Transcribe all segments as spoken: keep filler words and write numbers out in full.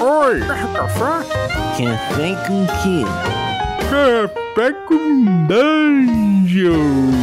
Oi! Café? Café com quê? Café com Dungeon!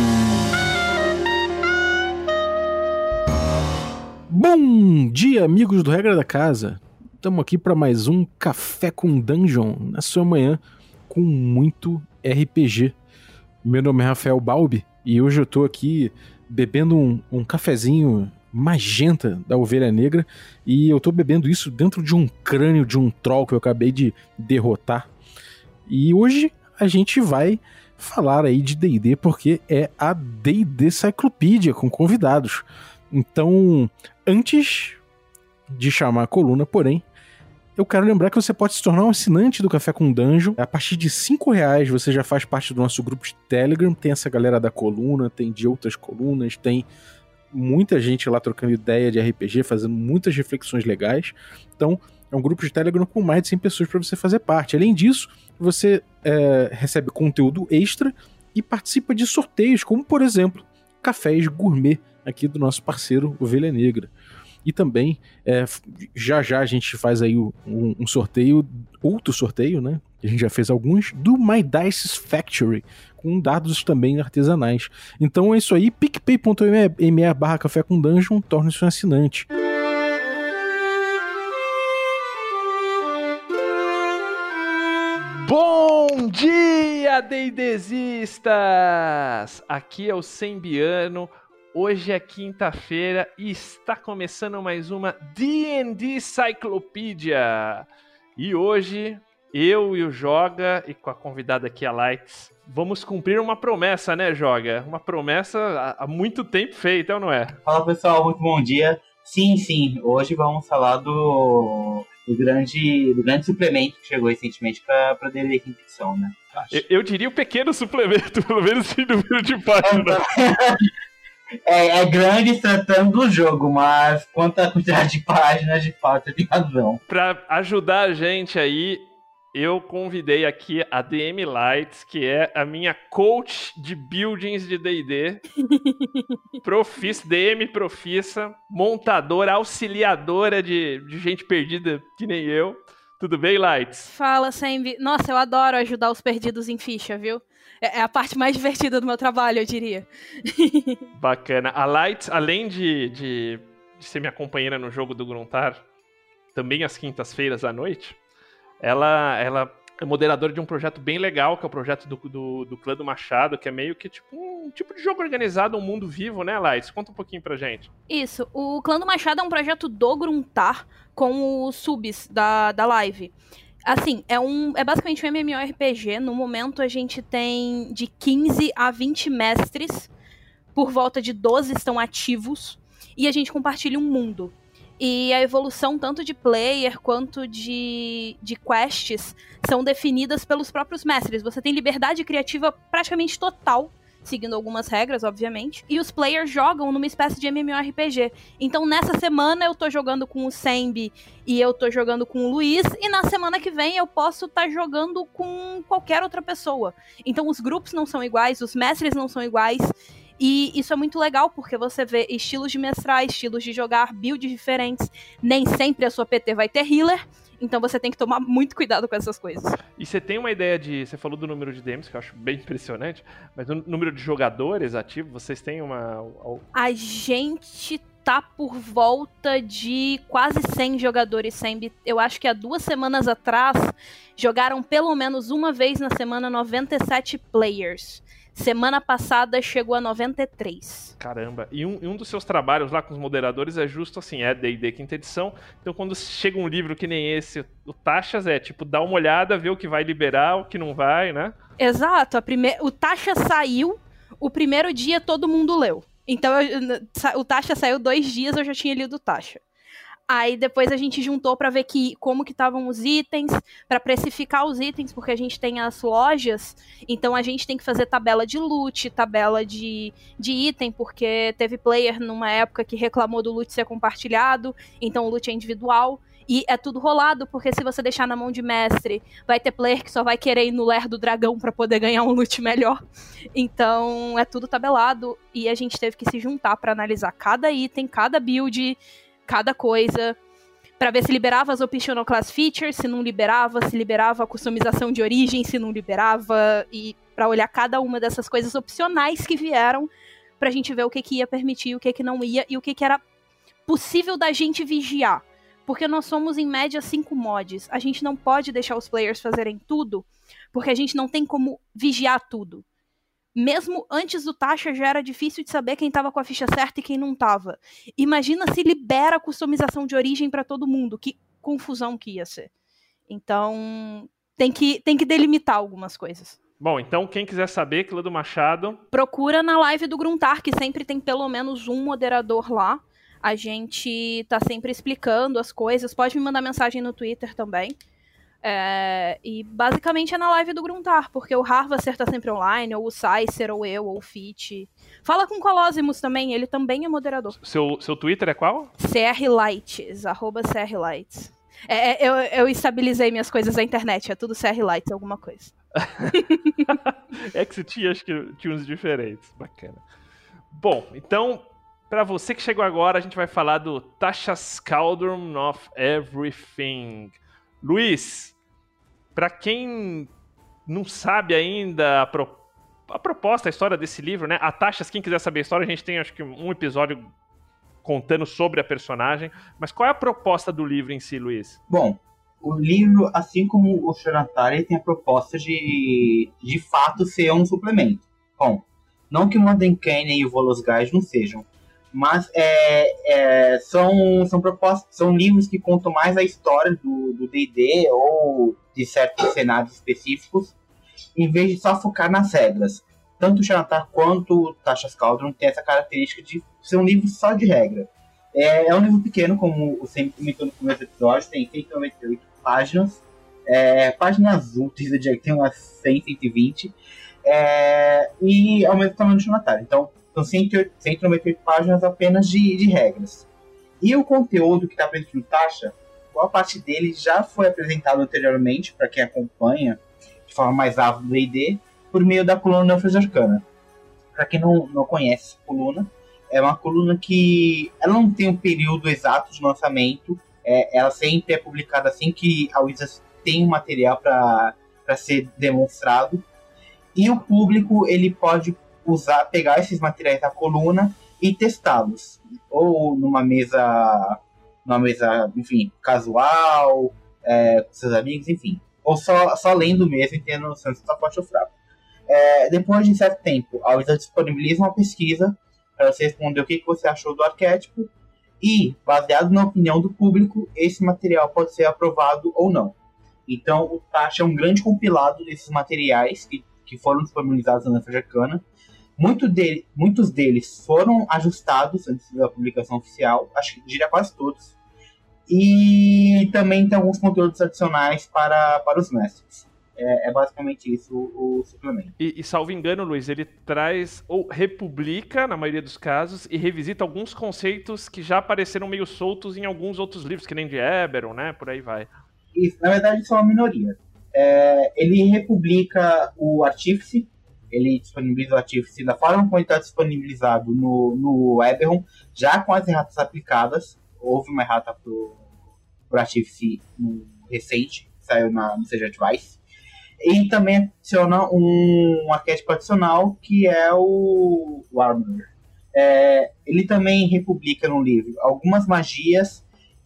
Bom dia, amigos do Regra da Casa! Estamos aqui para mais um Café com Dungeon na sua manhã com muito R P G. Meu nome é Rafael Balbi e hoje eu tô aqui bebendo um, um cafezinho magenta da Ovelha Negra e eu tô bebendo isso dentro de um crânio de um troll que eu acabei de derrotar. E hoje a gente vai falar aí de D e D porque é a D e D Cyclopedia com convidados. Então, antes de chamar a coluna, porém, eu quero lembrar que você pode se tornar um assinante do Café com Dungeon. A partir de cinco reais você já faz parte do nosso grupo de Telegram. Tem essa galera da coluna, tem de outras colunas, tem muita gente lá trocando ideia de R P G, fazendo muitas reflexões legais. Então, é um grupo de Telegram com mais de cem pessoas para você fazer parte. Além disso, você é, recebe conteúdo extra e participa de sorteios, como, por exemplo, cafés gourmet aqui do nosso parceiro Ovelha Negra. E também, é, já já a gente faz aí um, um sorteio, outro sorteio, né? A gente já fez alguns, do My Dice Factory, com dados também artesanais. Então é isso aí, picpay.me barra café com dungeon, torne-se um assinante. Bom dia, DDzistas! Aqui é o Sembiano. Hoje é quinta-feira e está começando mais uma D and D Cyclopedia. E hoje, eu e o Joga, e com a convidada aqui, a Lights, vamos cumprir uma promessa, né, Joga? Uma promessa há muito tempo feita, ou não é? Fala, pessoal, muito bom dia. Sim, sim, hoje vamos falar do, do, grande, do grande suplemento que chegou recentemente para a D and D quinta edição, né? Eu, eu diria o pequeno suplemento, pelo menos em número de páginas. É, é grande tratando do jogo, mas quanto à quantidade de páginas, de fato, você tem razão. Pra ajudar a gente aí, eu convidei aqui a D M Lights, que é a minha coach de buildings de D e D. Profissa, D M profissa, montadora, auxiliadora de, de gente perdida que nem eu. Tudo bem, Lights? Fala, Sembi. Nossa, eu adoro ajudar os perdidos em ficha, viu? É a parte mais divertida do meu trabalho, eu diria. Bacana. A Lights, além de, de, de ser minha companheira no jogo do Gruntar, também às quintas-feiras à noite, ela, ela é moderadora de um projeto bem legal, que é o projeto do, do, do Clã do Machado, que é meio que tipo um tipo de jogo organizado, um mundo vivo, né, Lights? Conta um pouquinho pra gente. Isso. O Clã do Machado é um projeto do Gruntar com os subs da, da live. Assim, é, um, é basicamente um MMORPG. No momento a gente tem de quinze a vinte mestres, por volta de doze estão ativos, e a gente compartilha um mundo. E a evolução tanto de player quanto de, de quests são definidas pelos próprios mestres. Você tem liberdade criativa praticamente total, seguindo algumas regras, obviamente. E os players jogam numa espécie de MMORPG. Então, nessa semana eu tô jogando com o Sembi e eu tô jogando com o Luiz. E na semana que vem eu posso estar tá jogando com qualquer outra pessoa. Então, os grupos não são iguais, os mestres não são iguais. E isso é muito legal, porque você vê estilos de mestrar, estilos de jogar, builds diferentes. Nem sempre a sua P T vai ter healer. Então você tem que tomar muito cuidado com essas coisas. E você tem uma ideia de... Você falou do número de D Ms, que eu acho bem impressionante, mas o número de jogadores ativos, vocês têm uma... A gente tá por volta de quase cem jogadores, Sembi. Eu acho que há duas semanas atrás jogaram pelo menos uma vez na semana noventa e sete players. Semana passada chegou a noventa e três. Caramba. E um, um dos seus trabalhos lá com os moderadores é justo assim, é D e D quinta edição. Então quando chega um livro que nem esse, o Taxas é tipo, dá uma olhada, ver o que vai liberar, o que não vai, né? Exato. A prime... O Taxa saiu, o primeiro dia todo mundo leu. Então eu... o Taxa saiu dois dias, eu já tinha lido o Taxa. Aí depois a gente juntou pra ver que, como que estavam os itens, pra precificar os itens, porque a gente tem as lojas, então a gente tem que fazer tabela de loot, tabela de, de item, porque teve player numa época que reclamou do loot ser compartilhado, então o loot é individual, e é tudo rolado, porque se você deixar na mão de mestre, vai ter player que só vai querer ir no Lair do Dragão pra poder ganhar um loot melhor. Então é tudo tabelado, e a gente teve que se juntar pra analisar cada item, cada build, cada coisa, Pra ver se liberava as optional class features, se não liberava, se liberava a customização de origem, se não liberava, e pra olhar cada uma dessas coisas opcionais que vieram, pra gente ver o que, que ia permitir, o que, que não ia, e o que, que era possível da gente vigiar. Porque nós somos, em média, cinco mods. A gente não pode deixar os players fazerem tudo, porque a gente não tem como vigiar tudo. Mesmo antes do taxa, já era difícil de saber quem tava com a ficha certa e quem não tava. Imagina se libera a customização de origem pra todo mundo. Que confusão que ia ser. Então, tem que, tem que delimitar algumas coisas. Bom, então quem quiser saber, Clã do Machado... Procura na live do Gruntar, que sempre tem pelo menos um moderador lá. A gente tá sempre explicando as coisas. Pode me mandar mensagem no Twitter também. É, e basicamente é na live do Gruntar, porque o Harvester tá sempre online, ou o Cycer, ou eu, ou o Fit. Fala com o Colosimus também, ele também é moderador. Seu, seu Twitter é qual? crlights, arroba crlights. É, é, eu, eu estabilizei minhas coisas na internet, é tudo crlights, alguma coisa. É que você tinha, acho que tinha uns diferentes, bacana. Bom, então, pra você que chegou agora, a gente vai falar do Tasha's Cauldron of Everything. Luiz, para quem não sabe ainda a, pro, a proposta, a história desse livro, né? A Tasha's, quem quiser saber a história, a gente tem acho que um episódio contando sobre a personagem. Mas qual é a proposta do livro em si, Luiz? Bom, o livro, assim como o Shoratari, tem a proposta de, de fato, ser um suplemento. Bom, não que o Mordenkainen e o Volosgard não sejam, mas é, é, são, são, propostas, são livros que contam mais a história do D e D ou de certos cenários específicos, em vez de só focar nas regras. Tanto o Xanatar quanto o Tasha's Cauldron tem essa característica de ser um livro só de regra. É, é um livro pequeno, como eu sempre comentou no começo do episódio, tem cento e noventa e oito páginas, é, páginas úteis, eu diria que tem umas cem, cento e vinte, é, e ao mesmo tamanho do Xanatar. Então, são cento e noventa e oito páginas apenas de, de regras. E o conteúdo que está presente no Tasha, boa parte dele já foi apresentado anteriormente, para quem acompanha de forma mais ávida do D e D, por meio da coluna Náufrago Arcana. Para quem não, não conhece a coluna, é uma coluna que ela não tem um período exato de lançamento, é, ela sempre é publicada assim que a Wizards tem um material para ser demonstrado, e o público ele pode usar, pegar esses materiais da coluna e testá-los, ou numa mesa, numa mesa, enfim, casual, é, com seus amigos, enfim, ou só, só lendo mesmo e tendo noção se está forte ou fraco. É, depois de certo tempo, a Wizard disponibiliza uma pesquisa para você responder o que, que você achou do arquétipo e, baseado na opinião do público, esse material pode ser aprovado ou não. Então, o Tasha é um grande compilado desses materiais que, que foram disponibilizados na Náufrago Arcana. Muito dele, muitos deles foram ajustados antes da publicação oficial, acho que diria quase todos. E também tem alguns conteúdos adicionais para, para os mestres. É, é basicamente isso o, o suplemento. E, e salvo engano, Luiz, ele traz ou republica, na maioria dos casos, e revisita alguns conceitos que já apareceram meio soltos em alguns outros livros, que nem de Eberron, né? Por aí vai. Isso, na verdade, isso é uma minoria. É, ele republica o Artífice, ele disponibiliza o Artífice da forma como ele está disponibilizado no, no Eberron, já com as erratas aplicadas. Houve uma errata pro, pro Artífice no recente, que saiu na, no C G Advice. E também adiciona um, um arquétipo adicional, que é o, o Armor. É, ele também republica no livro algumas magias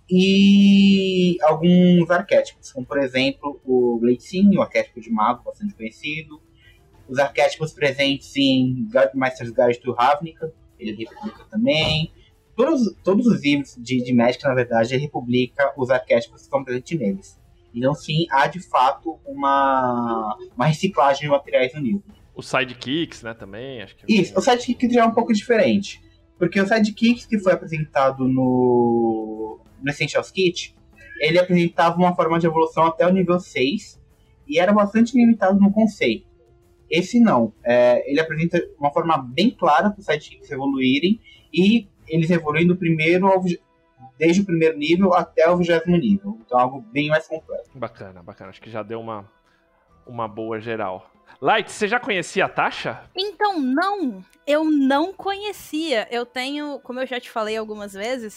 e alguns arquétipos, como por exemplo o Bladesing, o arquétipo de mago bastante conhecido, os arquétipos presentes em Guildmaster's Guide to Ravnica, ele republica também. Todos, todos os livros de, de Magic, na verdade, ele republica os arquétipos que estão presentes neles. Então, sim, há de fato uma, uma reciclagem de materiais no livro. Os sidekicks, né, também, acho que... Isso, o sidekick já é um pouco diferente. Porque o sidekick que foi apresentado no, no Essentials Kit, ele apresentava uma forma de evolução até o nível seis, e era bastante limitado no conceito. Esse não. É, ele apresenta uma forma bem clara para os sidekicks evoluírem, e eles evoluem do primeiro ao... desde o primeiro nível até o vigésimo nível. Então, algo bem mais completo. Bacana, bacana. Acho que já deu uma, uma boa geral. Light, você já conhecia a Tasha? Então, não. Eu não conhecia. Eu tenho, como eu já te falei algumas vezes,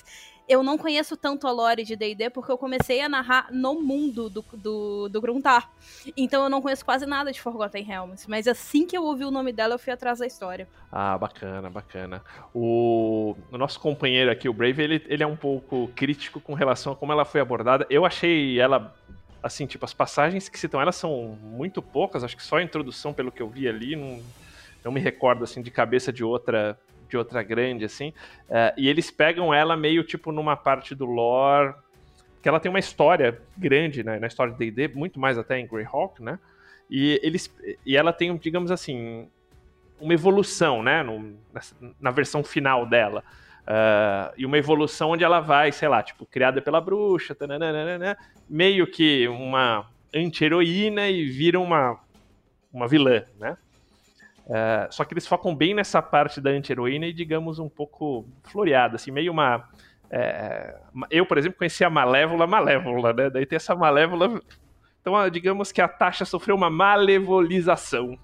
eu não conheço tanto a lore de D e D porque eu comecei a narrar no mundo do, do, do Gruntar. Então eu não conheço quase nada de Forgotten Realms. Mas assim que eu ouvi o nome dela, eu fui atrás da história. Ah, bacana, bacana. O, o nosso companheiro aqui, o Brave, ele, ele é um pouco crítico com relação a como ela foi abordada. Eu achei ela, assim, tipo, as passagens que citam ela são muito poucas. Acho que só a introdução, pelo que eu vi ali, não, não me recordo, assim, de cabeça de outra... de outra grande, assim, uh, e eles pegam ela meio, tipo, numa parte do lore, que ela tem uma história grande, né, na história de D e D, muito mais até em Greyhawk, né, e, eles, e ela tem, digamos assim, uma evolução, né, no, na, na versão final dela, uh, e uma evolução onde ela vai, sei lá, tipo, criada pela bruxa, tananana, meio que uma anti-heroína e vira uma, uma vilã, né. Uh, só que eles focam bem nessa parte da anti-heroína e, digamos, um pouco floreada, assim, meio uma... É, eu, por exemplo, conheci a Malévola Malévola, né? Daí tem essa Malévola... Então, digamos que a Tasha sofreu uma malevolização.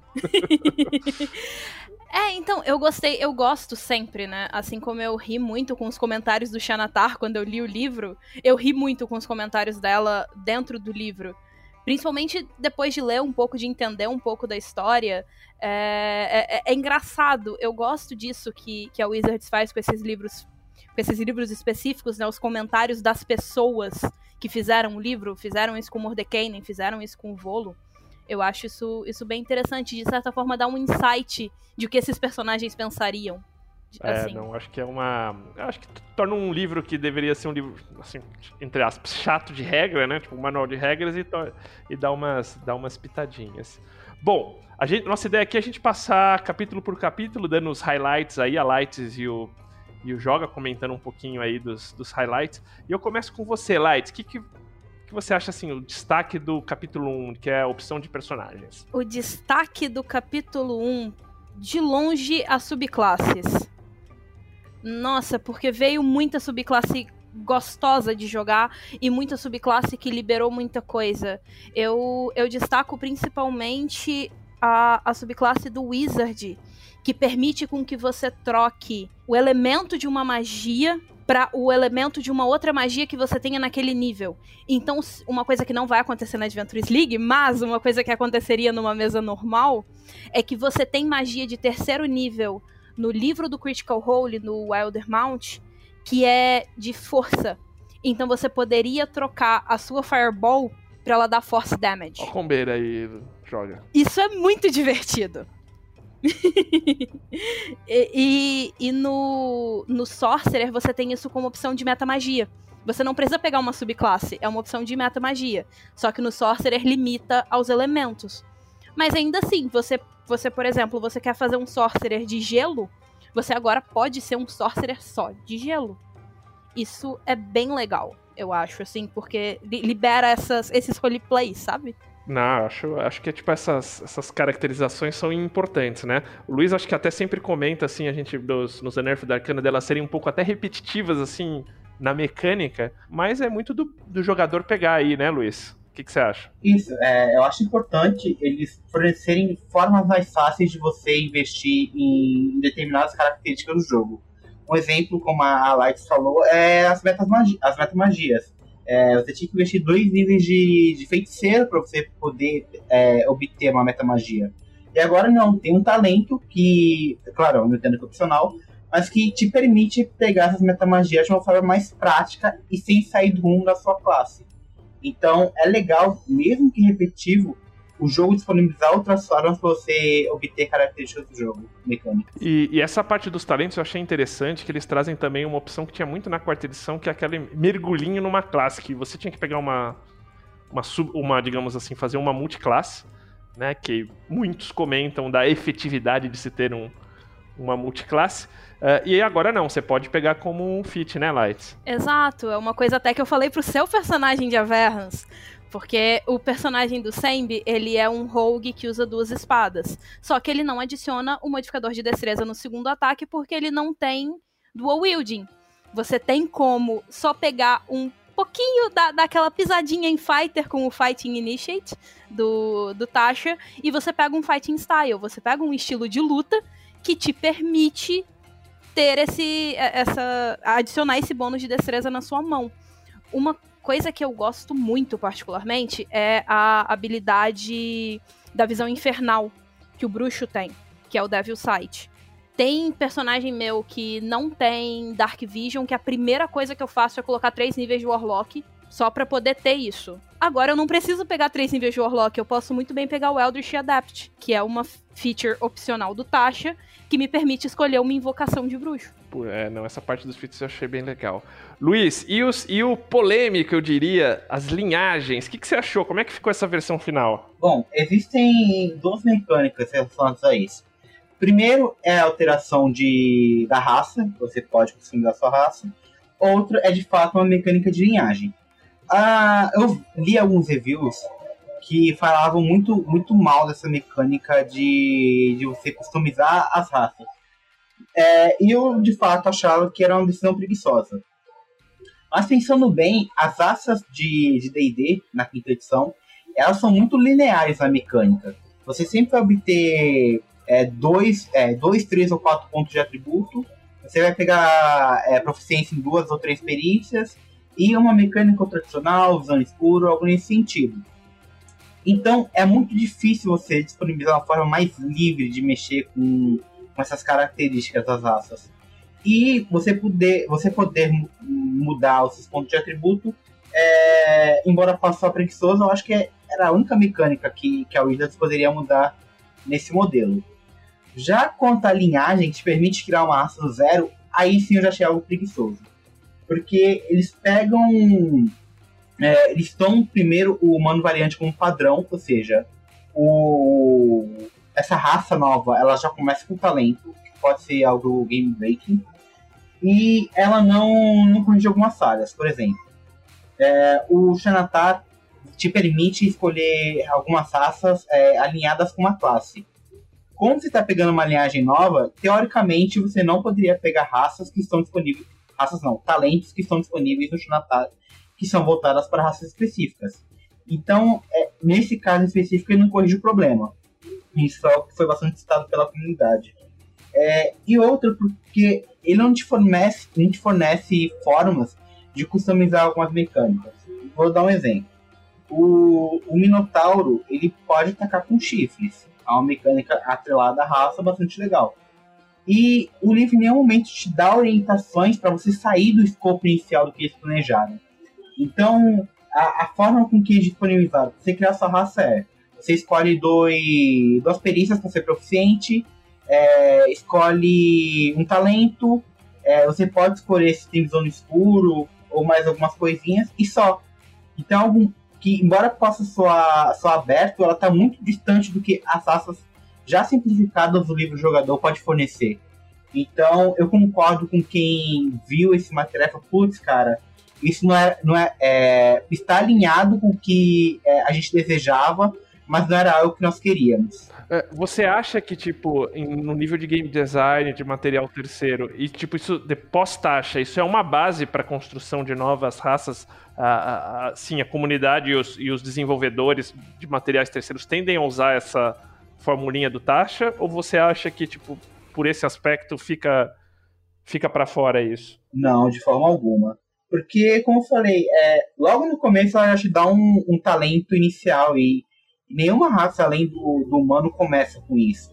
É, então, eu gostei, eu gosto sempre, né? Assim como eu ri muito com os comentários do Xanatar quando eu li o livro, eu ri muito com os comentários dela dentro do livro. Principalmente depois de ler um pouco, de entender um pouco da história. É, é, é engraçado, eu gosto disso que, que a Wizards faz com esses livros, com esses livros específicos, né? Os comentários das pessoas que fizeram o livro, fizeram isso com Mordenkainen, fizeram isso com o Volo. Eu acho isso, isso bem interessante, de certa forma dar um insight de o que esses personagens pensariam. Assim. É, não, acho que é uma... Acho que torna um livro que deveria ser um livro, assim, entre aspas, chato de regra, né? Tipo, um manual de regras e, to... e dá, umas, dá umas pitadinhas. Bom, a gente, nossa ideia aqui é a gente passar capítulo por capítulo, dando os highlights aí, a Lights e o, e o Joga comentando um pouquinho aí dos, dos highlights. E eu começo com você, Lights. O que, que, que você acha, assim, o destaque do capítulo um, que é a opção de personagens? O destaque do capítulo um, de longe, as subclasses. Nossa, porque veio muita subclasse gostosa de jogar e muita subclasse que liberou muita coisa. Eu, eu destaco principalmente a, a subclasse do Wizard, que permite com que você troque o elemento de uma magia para o elemento de uma outra magia que você tenha naquele nível. Então, uma coisa que não vai acontecer na Adventures League, mas uma coisa que aconteceria numa mesa normal, é que você tem magia de terceiro nível no livro do Critical Role, no Wildermount, que é de força. Então você poderia trocar a sua Fireball pra ela dar Force Damage. Ó, combeira aí, Joga. Isso é muito divertido. e e, e no, no Sorcerer você tem isso como opção de metamagia. Você não precisa pegar uma subclasse, é uma opção de metamagia. Só que no Sorcerer limita aos elementos. Mas ainda assim, você, você, por exemplo, você quer fazer um Sorcerer de gelo, você agora pode ser um Sorcerer só de gelo. Isso é bem legal, eu acho, assim, porque libera essas, esses roleplays, sabe? Não, acho, acho que tipo, essas, essas caracterizações são importantes, né? O Luiz acho que até sempre comenta, assim, a gente, dos, nos Unearthed da Arcana, delas serem um pouco até repetitivas, assim, na mecânica, mas é muito do, do jogador pegar aí, né, Luiz? O que, que você acha? Isso, é, eu acho importante eles fornecerem formas mais fáceis de você investir em determinadas características do jogo. Um exemplo, como a Light falou, é as metamagias. As metamagias. É, você tinha que investir dois níveis de, de feiticeiro para você poder é, obter uma metamagia. E agora não, tem um talento que, claro, eu não entendo que é opcional, mas que te permite pegar essas metamagias de uma forma mais prática e sem sair do rumo da sua classe. Então é legal, mesmo que repetitivo, o jogo disponibilizar outras formas para você obter características do jogo, mecânicas. E, e essa parte dos talentos eu achei interessante, que eles trazem também uma opção que tinha muito na quarta edição, que é aquele mergulhinho numa classe, que você tinha que pegar uma, uma, sub, uma digamos assim, fazer uma multiclasse, né, que muitos comentam da efetividade de se ter um, uma multiclasse. Uh, e agora não, você pode pegar como um feat, né, Lights? Exato, é uma coisa até que eu falei pro seu personagem de Averrans, porque o personagem do Sembi, ele é um rogue que usa duas espadas, só que ele não adiciona o modificador de destreza no segundo ataque porque ele não tem dual wielding. Você tem como só pegar um pouquinho da, daquela pisadinha em Fighter com o Fighting Initiate do, do Tasha, e você pega um Fighting Style, você pega um estilo de luta que te permite ter esse, essa, adicionar esse bônus de destreza na sua mão. Uma coisa que eu gosto muito, particularmente, é a habilidade da visão infernal que o bruxo tem, que é o Devil Sight. Tem personagem meu que não tem Dark Vision, que a primeira coisa que eu faço é colocar três níveis de Warlock, só pra poder ter isso. Agora eu não preciso pegar três níveis de Warlock, eu posso muito bem pegar o Eldritch Adapt, que é uma feature opcional do Tasha, que me permite escolher uma invocação de bruxo. Pô, é, não, essa parte dos feats eu achei bem legal. Luiz, e, os, e o polêmico, eu diria, as linhagens, o que, que você achou? Como é que ficou essa versão final? Bom, existem duas mecânicas relacionadas a isso. Primeiro é a alteração de, da raça, você pode customizar a sua raça. Outro é, de fato, uma mecânica de linhagem. Ah, eu li alguns reviews que falavam muito, muito mal dessa mecânica de, de você customizar as raças. É, e eu, de fato, achava que era uma decisão preguiçosa. Mas pensando bem, as raças de D e D, na quinta edição, elas são muito lineares na mecânica. Você sempre vai obter é, dois, é, dois, três ou quatro pontos de atributo. Você vai pegar é, proficiência em duas ou três perícias. E uma mecânica tradicional, visão escura, algo nesse sentido. Então, é muito difícil você disponibilizar uma forma mais livre de mexer com, com essas características das raças. E você poder, você poder mudar os seus pontos de atributo, é, embora possa ser preguiçoso, eu acho que era a única mecânica que, que a Wizards poderia mudar nesse modelo. Já quanto à linhagem, que te permite criar uma raça do zero, aí sim eu já achei algo preguiçoso. Porque eles pegam... É, eles tomam primeiro o humano variante como padrão, ou seja, o, essa raça nova ela já começa com talento, que pode ser algo game breaking, e ela não, não corrige algumas falhas. Por exemplo, é, o Xanatar te permite escolher algumas raças é, alinhadas com uma classe. Como você está pegando uma linhagem nova, teoricamente você não poderia pegar raças que estão disponíveis, raças não, talentos que estão disponíveis no Xanatar, que são voltadas para raças específicas. Então, é, nesse caso específico, ele não corrige o problema. Isso é o que foi bastante citado pela comunidade. É, e outra, porque ele não te, fornece, não te fornece formas de customizar algumas mecânicas. Vou dar um exemplo. O, o Minotauro, ele pode atacar com chifres. É uma mecânica atrelada à raça bastante legal. E o livro em nenhum momento te dá orientações para você sair do escopo inicial do que eles planejaram. Então, a, a forma com que eles disponibilizaram você criar sua raça é: você escolhe dois, duas perícias para ser proficiente, é, escolhe um talento, é, você pode escolher se tem visão no escuro ou mais algumas coisinhas, e só. Então, algo que, embora possa soar, soar aberto, ela está muito distante do que as raças já simplificadas do livro jogador pode fornecer. Então, eu concordo com quem viu esse material e falou: putz, cara, isso não é, não é, é está alinhado com o que é, a gente desejava, mas não era algo que nós queríamos. Você acha que, tipo, no nível de game design, de material terceiro, e tipo, isso de pós-taxa, isso é uma base para a construção de novas raças? A, a, a, sim, a comunidade e os, e os desenvolvedores de materiais terceiros tendem a usar essa formulinha do taxa? Ou você acha que, tipo, por esse aspecto fica, fica para fora isso? Não, de forma alguma. Porque, como eu falei, é, logo no começo ela já te dá um, um talento inicial e nenhuma raça além do, do humano começa com isso.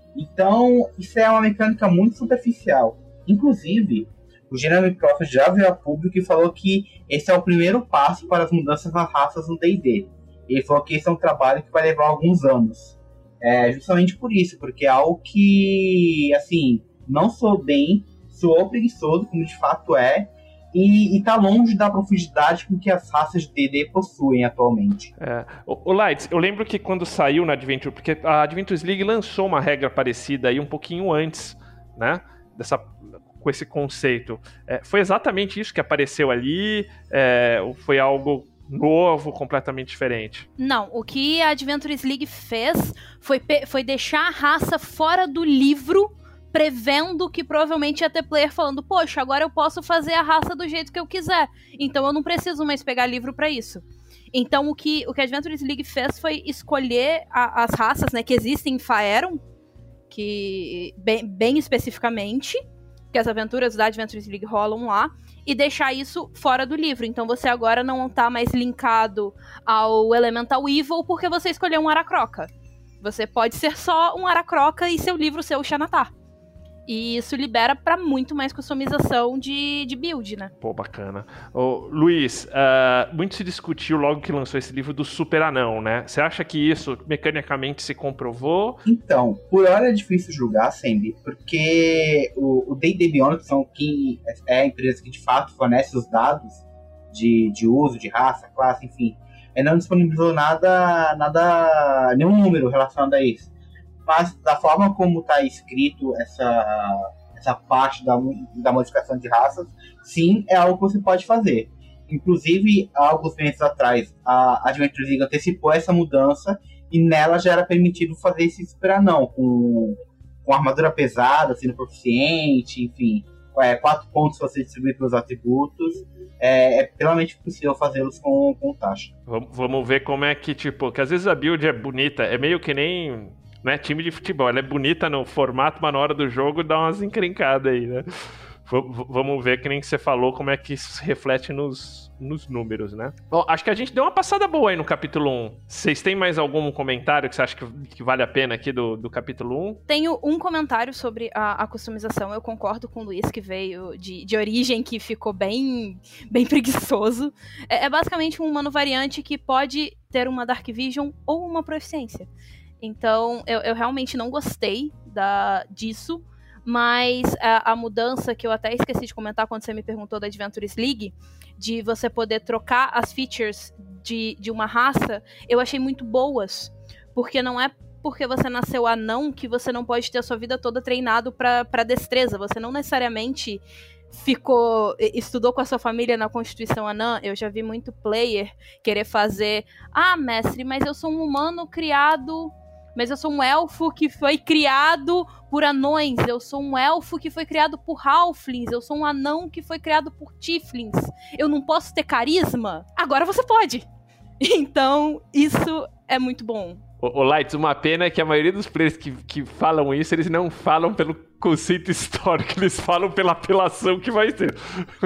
Então, isso é uma mecânica muito superficial. Inclusive, o Jeremy Prophet já veio a público e falou que esse é o primeiro passo para as mudanças nas raças no D e D. Ele falou que esse é um trabalho que vai levar alguns anos. É justamente por isso, porque é algo que, assim, não soou bem, soou preguiçoso, como de fato é, E, e tá longe da profundidade com que as raças de D e D possuem atualmente. É. O, o Lights, eu lembro que quando saiu na Adventure, porque a Adventures League lançou uma regra parecida aí um pouquinho antes, né? Dessa, com esse conceito. É, foi exatamente isso que apareceu ali? É, ou foi algo novo, completamente diferente? Não, o que a Adventures League fez foi, foi deixar a raça fora do livro, prevendo que provavelmente ia ter player falando: poxa, agora eu posso fazer a raça do jeito que eu quiser, então eu não preciso mais pegar livro pra isso. Então o que, o que a Adventures League fez foi escolher a, as raças, né, que existem em Faerun, que, bem, bem especificamente, que as aventuras da Adventures League rolam lá, e deixar isso fora do livro. Então você agora não tá mais linkado ao Elemental Evil porque você escolheu um Aracroca. Você pode ser só um Aracroca e seu livro ser o Xanatar. E isso libera pra muito mais customização de, de build, né? Pô, bacana. Ô, Luiz, uh, muito se discutiu logo que lançou esse livro do Super Anão, né? Você acha que isso mecanicamente se comprovou? Então, por hora é difícil julgar, Sandy, porque o D e D Beyond, que são quem é a empresa que de fato fornece os dados de, de uso, de raça, classe, enfim, ainda não disponibilizou nada, nada, nenhum número relacionado a isso. Mas da forma como está escrito essa, essa parte da, da modificação de raças, sim, é algo que você pode fazer. Inclusive, há alguns meses atrás, a Adventures League antecipou essa mudança e nela já era permitido fazer esse Super Anão, com, com armadura pesada, sendo proficiente, enfim, é, quatro pontos para você distribuir pelos atributos. É, é plenamente possível fazê-los com, com taxa. Vamos, vamos ver como é que, tipo, que às vezes a build é bonita, é meio que nem... Né, time de futebol, ela é bonita no formato, mas na hora do jogo dá umas encrencadas aí, né? V- vamos ver, que nem que você falou, como é que isso se reflete nos, nos números, né? Bom, acho que a gente deu uma passada boa aí no capítulo um. Vocês têm mais algum comentário que você acha que, que vale a pena aqui do, do capítulo um? Tenho um comentário sobre a, a customização. Eu concordo com o Luiz, que veio de, de origem, que ficou bem, bem preguiçoso. É, é basicamente um humano variante que pode ter uma Dark Vision ou uma proficiência. Então, eu, eu realmente não gostei da, disso, mas a, a mudança que eu até esqueci de comentar quando você me perguntou da Adventures League, de você poder trocar as features de, de uma raça, eu achei muito boas, porque não é porque você nasceu anão que você não pode ter a sua vida toda treinado pra, pra destreza. Você não necessariamente ficou, estudou com a sua família na Constituição Anã. Eu já vi muito player querer fazer, ah, mestre, mas eu sou um humano criado... Mas eu sou um elfo que foi criado por anões. Eu sou um elfo que foi criado por halflings. Eu sou um anão que foi criado por tieflings. Eu não posso ter carisma? Agora você pode. Então, isso é muito bom. Ô, ô Lights, uma pena é que a maioria dos players que, que falam isso, eles não falam pelo conceito histórico, eles falam pela apelação que vai ter.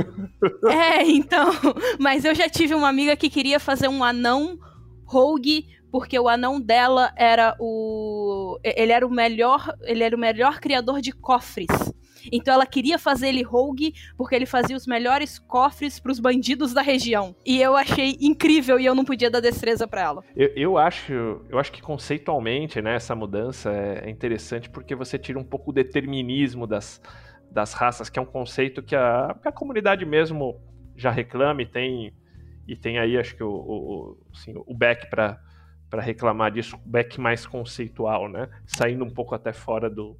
É, então... Mas eu já tive uma amiga que queria fazer um anão rogue, porque o anão dela era o... Ele era o melhor, ele era o melhor criador de cofres. Então ela queria fazer ele rogue, porque ele fazia os melhores cofres pros bandidos da região. E eu achei incrível e eu não podia dar destreza pra ela. Eu, eu, acho, eu acho que conceitualmente, né, essa mudança é interessante porque você tira um pouco o determinismo das, das raças, que é um conceito que a, que a comunidade mesmo já reclama e tem, e tem aí, acho que o, o, assim, o back pra... para reclamar disso, back mais conceitual, né? Saindo um pouco até fora do,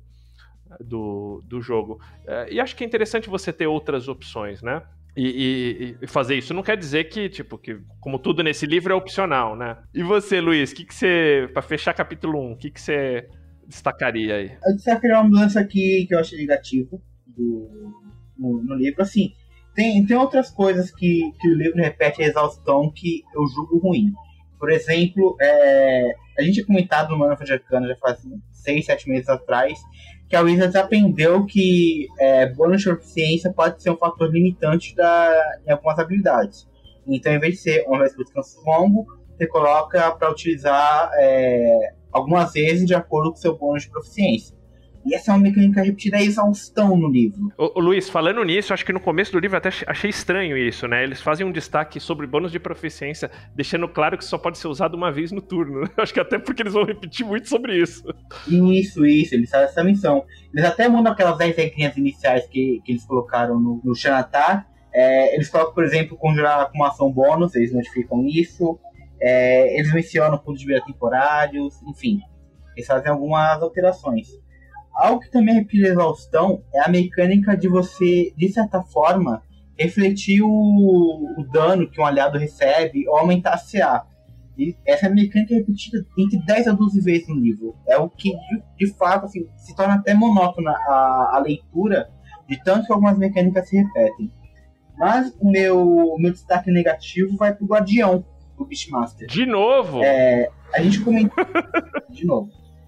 do, do jogo. É, e acho que é interessante você ter outras opções, né? E, e, e fazer isso. Não quer dizer que, tipo, que como tudo nesse livro é opcional, né? E você, Luiz, o que, que você, para fechar capítulo um, o que, que você destacaria aí? Eu destacaria uma mudança aqui que eu achei negativa do, no, no livro. Assim, tem, tem outras coisas que, que o livro repete a exaustão que eu julgo ruim. Por exemplo, é, a gente tinha comentado no Manual de Arcana já faz seis, sete meses atrás, que a Wizards aprendeu que é, bônus de proficiência pode ser um fator limitante da, em algumas habilidades. Então, em vez de ser uma vez por descanso combo, você coloca para utilizar é, algumas vezes de acordo com o seu bônus de proficiência. E essa é uma mecânica repetida a exaustão no livro. Ô, ô, Luiz, falando nisso, acho que no começo do livro até achei estranho isso, né? Eles fazem um destaque sobre bônus de proficiência, deixando claro que só pode ser usado uma vez no turno. Acho que até porque eles vão repetir muito sobre isso. Isso, isso, eles fazem essa missão. Eles até mudam aquelas dez regrinhas iniciais que, que eles colocaram no, no Xanatar. É, eles colocam, por exemplo, conjurar com uma ação bônus, eles modificam isso. É, eles mencionam pontos de vida temporários, enfim. Eles fazem algumas alterações. Algo que também repete a exaustão é a mecânica de você, de certa forma, refletir o, o dano que um aliado recebe ou aumentar a C A. E essa mecânica é repetida entre dez a doze vezes no livro. É o que, de, de fato, assim, se torna até monótona a, a leitura, de tanto que algumas mecânicas se repetem. Mas o meu, meu destaque negativo vai pro Guardião, do Beastmaster. De novo? É, a gente comentou... de novo.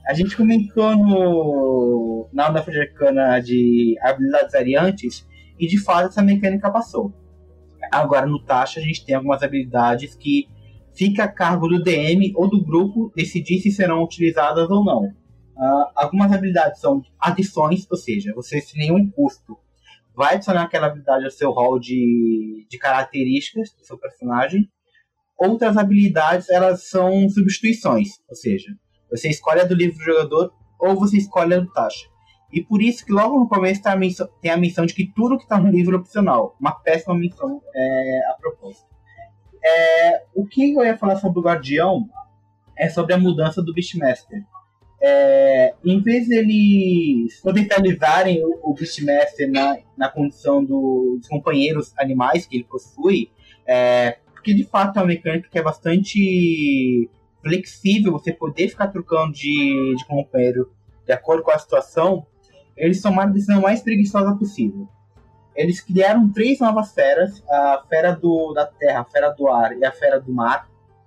A gente comentou no, na Onda Arcana de habilidades variantes e de fato essa mecânica passou. Agora no Tasha a gente tem algumas habilidades que fica a cargo do D M ou do grupo decidir se serão utilizadas ou não. Uh, algumas habilidades são adições, ou seja, você sem nenhum custo vai adicionar aquela habilidade ao seu rol de, de características do seu personagem. Outras habilidades elas são substituições, ou seja, você escolhe a do livro do jogador ou você escolhe a do Tasha. E por isso que logo no começo tem a menção, tem a menção de que tudo que está no livro é opcional. Uma péssima menção é, a propósito. É, o que eu ia falar sobre o Guardião é sobre a mudança do Beastmaster. É, em vez de eles potencializarem o, o Beastmaster na, na condição do, dos companheiros animais que ele possui, é, porque de fato é uma mecânica que é bastante flexível, você poder ficar trocando de, de companheiro de acordo com a situação, eles tomaram a decisão mais preguiçosa possível. Eles criaram três novas feras, a fera do, da terra, a fera do ar e a fera do mar,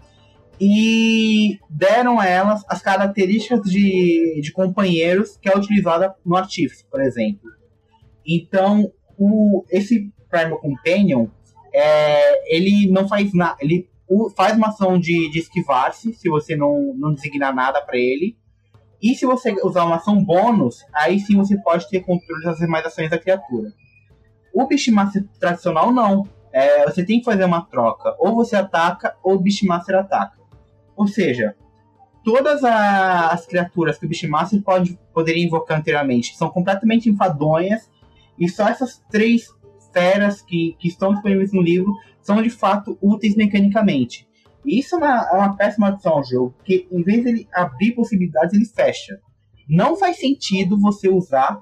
e deram a elas as características de, de companheiros que é utilizada no Artífice, por exemplo. Então, o, esse Primal Companion, é, ele não faz nada, ele faz uma ação de, de esquivar-se, se você não, não designar nada para ele. E se você usar uma ação bônus, aí sim você pode ter controle das demais ações da criatura. O Beastmaster tradicional não. É, você tem que fazer uma troca. Ou você ataca, ou o Beastmaster ataca. Ou seja, todas a, as criaturas que o Beastmaster pode, poderia invocar anteriormente são completamente enfadonhas. E só essas três feras que, que estão disponíveis no livro são de fato úteis mecanicamente. E isso é uma, é uma péssima adição ao jogo, porque em vez de ele abrir possibilidades, ele fecha. Não faz sentido você usar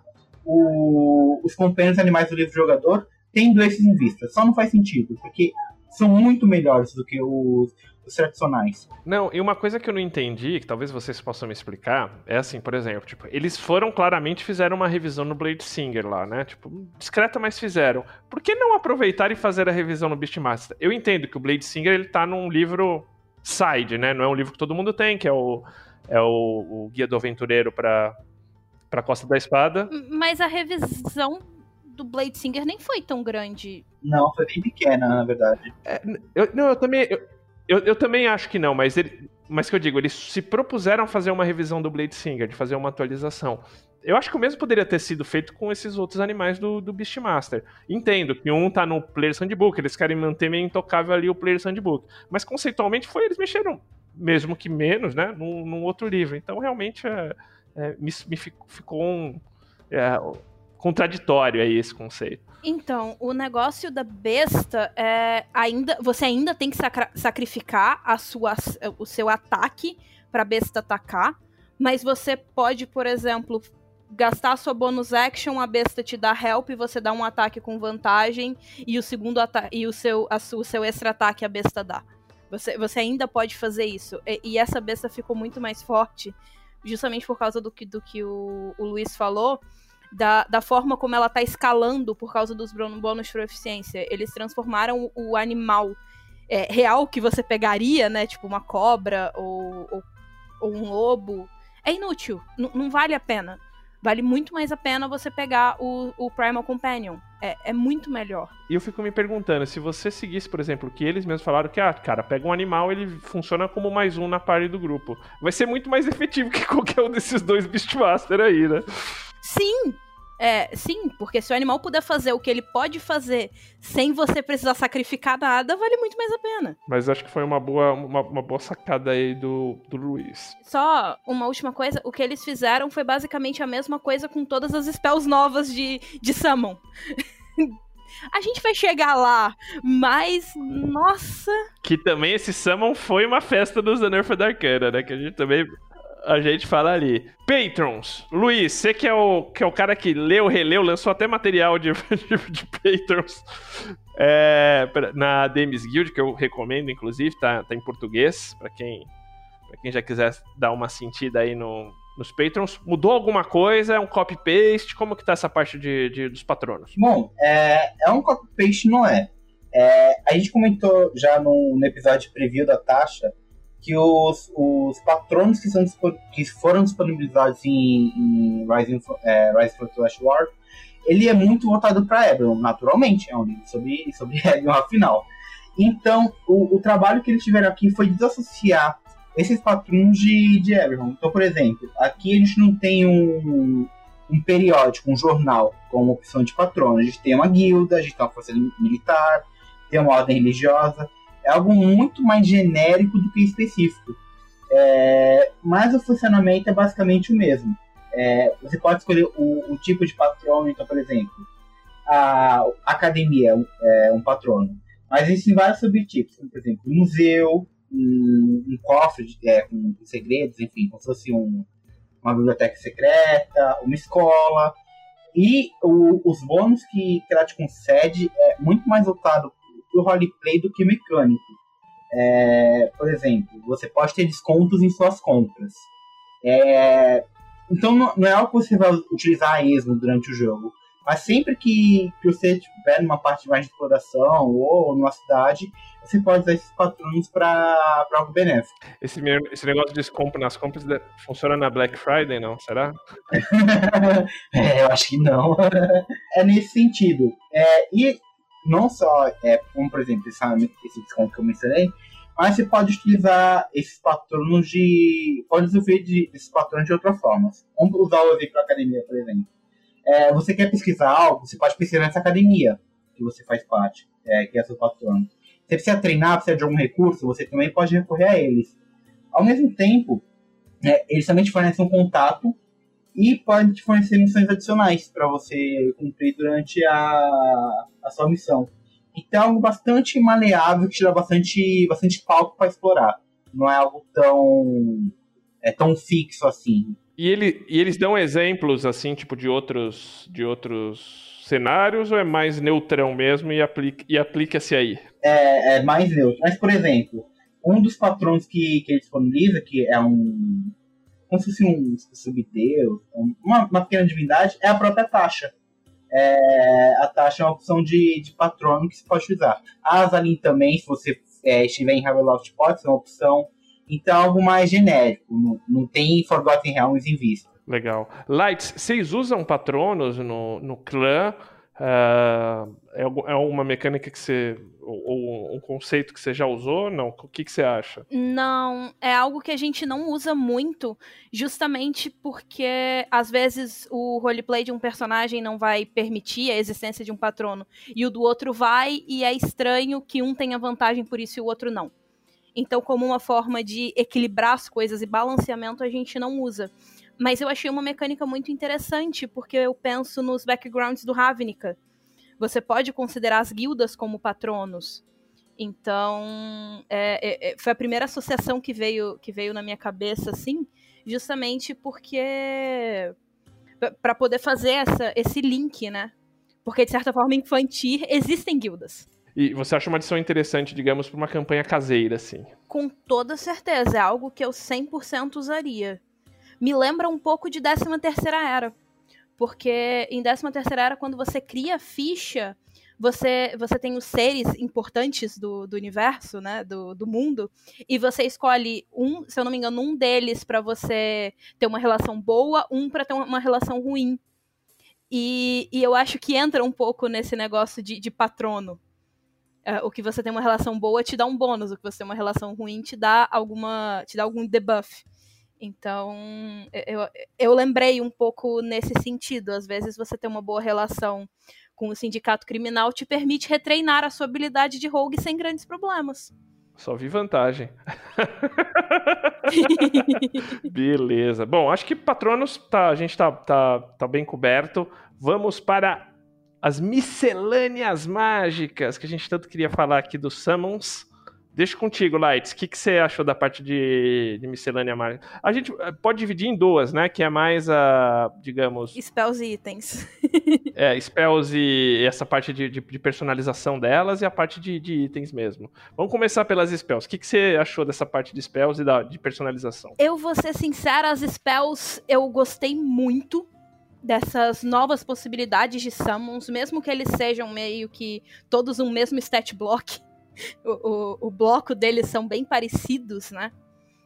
o, os companheiros animais do livro do jogador tendo esses em vista. Só não faz sentido, porque são muito melhores do que os, os tradicionais. Não, e uma coisa que eu não entendi, que talvez vocês possam me explicar, é assim, por exemplo, tipo, eles foram claramente, fizeram uma revisão no Bladesinger lá, né? Tipo, discreta, mas fizeram. Por que não aproveitar e fazer a revisão no Beastmaster? Eu entendo que o Bladesinger, ele tá num livro side, né? Não é um livro que todo mundo tem, que é o, é o, o Guia do Aventureiro pra, pra Costa da Espada. Mas a revisão do Bladesinger nem foi tão grande. Não, foi bem pequena, na verdade. É, eu, não, eu também... Eu, Eu, eu também acho que não, mas, ele, mas que eu digo, eles se propuseram fazer uma revisão do Bladesinger, de fazer uma atualização. Eu acho que o mesmo poderia ter sido feito com esses outros animais do, do Beastmaster. Entendo que um tá no Player's Handbook, eles querem manter meio intocável ali o Player's Handbook. Mas conceitualmente foi, eles mexeram, mesmo que menos, né, num, num outro livro. Então realmente é, é, me, me ficou, ficou um... É, contraditório aí esse conceito. Então, o negócio da besta é ainda, você ainda tem que sacra- sacrificar a sua, o seu ataque pra besta atacar, mas você pode, por exemplo, gastar a sua bonus action, a besta te dá help e você dá um ataque com vantagem e o segundo ata- e o seu, a, o seu extra ataque a besta dá. Você, você ainda pode fazer isso. E, e essa besta ficou muito mais forte, justamente por causa do que, do que o, o Luiz falou, Da, da forma como ela tá escalando por causa dos bônus de eficiência. Eles transformaram o, o animal é, real que você pegaria, né? Tipo uma cobra ou, ou, ou um lobo. É inútil. N- não vale a pena. Vale muito mais a pena você pegar o, o Primal Companion. É, é muito melhor. E eu fico me perguntando, se você seguisse, por exemplo, o que eles mesmos falaram, que, ah, cara, pega um animal, ele funciona como mais um na party do grupo. Vai ser muito mais efetivo que qualquer um desses dois Beastmaster aí, né? Sim! É, sim, porque se o animal puder fazer o que ele pode fazer sem você precisar sacrificar nada, vale muito mais a pena. Mas acho que foi uma boa, uma, uma boa sacada aí do, do Luiz. Só uma última coisa, o que eles fizeram foi basicamente a mesma coisa com todas as spells novas de, de Summon. A gente vai chegar lá, mas, nossa... Que também esse Summon foi uma festa dos Nerfed Arcana, né? Que a gente também... A gente fala ali. Patrons. Luiz, você que é o, que é o cara que leu, releu, lançou até material de, de, de Patrons é, na D M's Guild, que eu recomendo, inclusive, tá, tá em português, pra quem, pra quem já quiser dar uma sentida aí no, nos Patrons. Mudou alguma coisa? É um copy-paste? Como que tá essa parte de, de, dos patronos? Bom, é, é um copy-paste, não é. é. A gente comentou já no, no episódio preview da Tasha que os, os patronos que, são, que foram disponibilizados em, em Rising, é, Rise from the Last War, ele é muito voltado para Eberron, naturalmente, é um livro sobre, sobre Eberron, afinal. Então, o, o trabalho que eles tiveram aqui foi desassociar esses patronos de, de Eberron. Então, por exemplo, aqui a gente não tem um, um periódico, um jornal, como opção de patrono. A gente tem uma guilda, a gente tem uma força militar, tem uma ordem religiosa. É algo muito mais genérico do que específico. É, mas o funcionamento é basicamente o mesmo. É, você pode escolher o, o tipo de patrono. Então, por exemplo, a, a academia é um patrono. Mas existem vários subtipos, como, por exemplo, um museu, um, um cofre de, é, com segredos, enfim, como se fosse um, uma biblioteca secreta, uma escola. E o, os bônus que, que ela te concede é muito mais voltado para o roleplay do que mecânico. É, por exemplo, você pode ter descontos em suas compras. É, então não, não é algo que você vai utilizar a esmo durante o jogo. Mas sempre que, que você estiver numa parte mais de exploração ou numa cidade, você pode usar esses patronos para algo benéfico. Esse, esse negócio de desconto nas compras funciona na Black Friday, não? Será? É, eu acho que não. É nesse sentido. É, e não só, é, como por exemplo, esse, esse desconto que eu mencionei, mas você pode utilizar esses patronos de... Pode usufruir de, desses patronos de outras formas. Vamos usar o exemplo da academia, por exemplo. É, você quer pesquisar algo, você pode pesquisar nessa academia que você faz parte, é, que é seu patrono. Você precisa treinar, precisa de algum recurso, você também pode recorrer a eles. Ao mesmo tempo, é, eles também te fornecem um contato e podem te fornecer missões adicionais para você cumprir durante a, a sua missão. Então é algo bastante maleável, que te dá bastante, bastante palco para explorar. Não é algo tão, é, tão fixo assim. E, ele, e eles dão exemplos, assim, tipo, de outros, de outros cenários, ou é mais neutrão mesmo e, aplica, e aplica-se aí? É, é mais neutro. Mas, por exemplo, um dos patrões que, que ele disponibiliza, que é um... como se fosse um subdeus, uma, uma pequena divindade, é a própria taxa. É, a taxa é uma opção de, de patrono que você pode utilizar. A Azalin também, se você é, estiver em Ravenloft, pode ser uma opção. Então, algo mais genérico. Não, não tem Forgotten Realms em vista. Legal. Lights, vocês usam patronos no, no clã? Uh, é, é uma mecânica que você... Ou, ou um conceito que você já usou? Não. O que, que você acha? Não, é algo que a gente não usa muito, justamente porque, às vezes, o roleplay de um personagem não vai permitir a existência de um patrono, e o do outro vai, e é estranho que um tenha vantagem por isso e o outro não. Então, como uma forma de equilibrar as coisas e balanceamento, a gente não usa. Mas eu achei uma mecânica muito interessante, porque eu penso nos backgrounds do Ravnica. Você pode considerar as guildas como patronos. Então, é, é, foi a primeira associação que veio, que veio na minha cabeça, assim, justamente porque... para poder fazer essa, esse link, né? Porque, de certa forma, em Fantir, existem guildas. E você acha uma adição interessante, digamos, para uma campanha caseira, assim? Com toda certeza, é algo que eu cem por cento usaria. Me lembra um pouco de décima terceira Era, porque em décima terceira Era, quando você cria ficha, você, você tem os seres importantes do, do universo, né, do, do mundo, e você escolhe um, se eu não me engano, um deles para você ter uma relação boa, um para ter uma relação ruim. E, e eu acho que entra um pouco nesse negócio de, de patrono. Uh, o que você tem uma relação boa te dá um bônus, o que você tem uma relação ruim te dá alguma, te dá algum debuff. Então, eu, eu lembrei um pouco nesse sentido. Às vezes você ter uma boa relação com o sindicato criminal te permite retreinar a sua habilidade de rogue sem grandes problemas. Só vi vantagem. Beleza. Bom, acho que patronos tá, a gente tá, tá, tá bem coberto. Vamos para as miscelâneas mágicas, que a gente tanto queria falar aqui dos Summons. Deixa contigo, Lights. O que, que você achou da parte de, de miscelânea mágica? A gente pode dividir em duas, né? Que é mais a, digamos... Spells e itens. É, spells e essa parte de, de, de personalização delas e a parte de, de itens mesmo. Vamos começar pelas spells. O que, que você achou dessa parte de spells e da, de personalização? Eu vou ser sincera, as spells eu gostei muito dessas novas possibilidades de summons, mesmo que eles sejam meio que todos um mesmo stat block. O, o, o bloco deles são bem parecidos, né?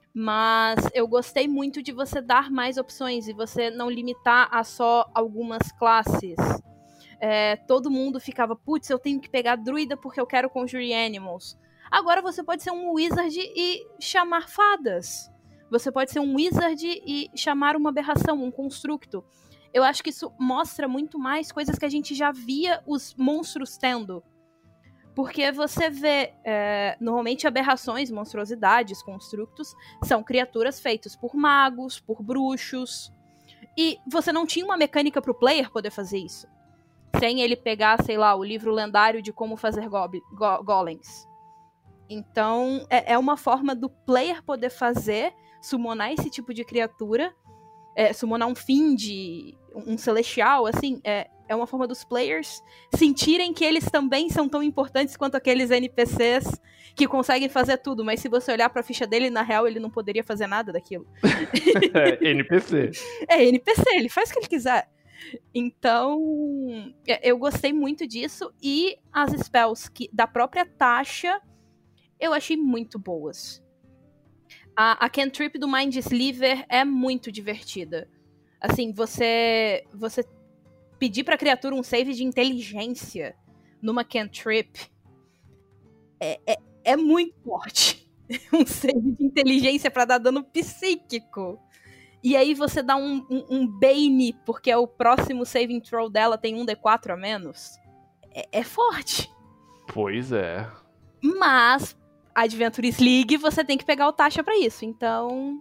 Mas eu gostei muito de você dar mais opções e você não limitar a só algumas classes. É, todo mundo ficava, putz, eu tenho que pegar druida porque eu quero Conjure Animals. Agora você pode ser um wizard e chamar fadas. Você pode ser um wizard e chamar uma aberração, um constructo. Eu acho que isso mostra muito mais coisas que a gente já via os monstros tendo. Porque você vê, é, normalmente aberrações, monstruosidades, constructos, são criaturas feitas por magos, por bruxos. E você não tinha uma mecânica pro player poder fazer isso. Sem ele pegar, sei lá, o livro lendário de como fazer gob- go- golems. Então, é, é uma forma do player poder fazer, summonar esse tipo de criatura, é, summonar um fiend, um celestial, assim, é, é uma forma dos players sentirem que eles também são tão importantes quanto aqueles N P Cs que conseguem fazer tudo, mas se você olhar pra ficha dele, na real, ele não poderia fazer nada daquilo. É N P C. É N P C, ele faz o que ele quiser. Então, eu gostei muito disso, e as spells que, da própria Tasha, eu achei muito boas. A, a cantrip do Mind Sliver é muito divertida. Assim, você você pedir pra criatura um save de inteligência numa cantrip é, é, é muito forte. Um save de inteligência pra dar dano psíquico. E aí você dá um, um, um Bane, porque é o próximo saving throw dela, tem um D quatro a menos. É, é forte. Pois é. Mas, Adventures League, você tem que pegar o Tasha pra isso. Então,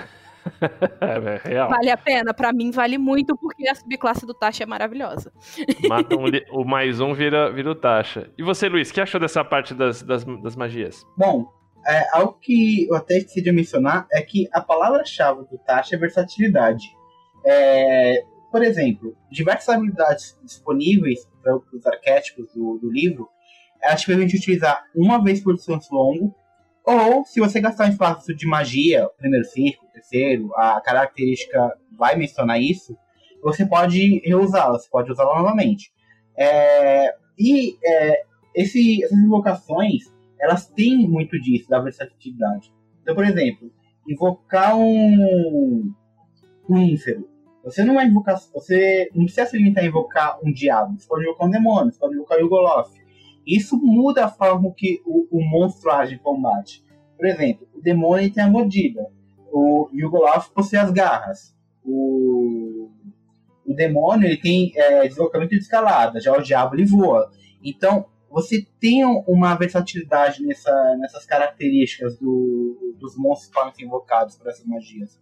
É real. vale a pena. Pra mim, vale muito, porque a subclasse do Tasha é maravilhosa. Mata um li- o mais um vira, vira o Tasha. E você, Luiz, o que achou dessa parte das, das, das magias? Bom, é, algo que eu até esqueci de mencionar é que a palavra-chave do Tasha é versatilidade. É, por exemplo, diversas habilidades disponíveis para os arquétipos do, do livro, elas te permitem utilizar uma vez por descanso longo, ou se você gastar um espaço de magia, primeiro círculo, terceiro, a característica vai mencionar isso, você pode reusá-la, você pode usá-la novamente. É, e é, esse, essas invocações, elas têm muito disso, da versatilidade. Então, por exemplo, invocar um, um ínfero. Você não vai invocar, você não precisa se limitar a invocar um diabo, você pode invocar um demônio, você pode invocar o Yugoloth. Isso muda a forma que o, o monstro age em combate. Por exemplo, o demônio tem a mordida, o Yugoloth possui as garras, o, o demônio ele tem é, deslocamento de escalada, já o diabo ele voa. Então, você tem uma versatilidade nessa, nessas características do, dos monstros que podem ser invocados por essas magias.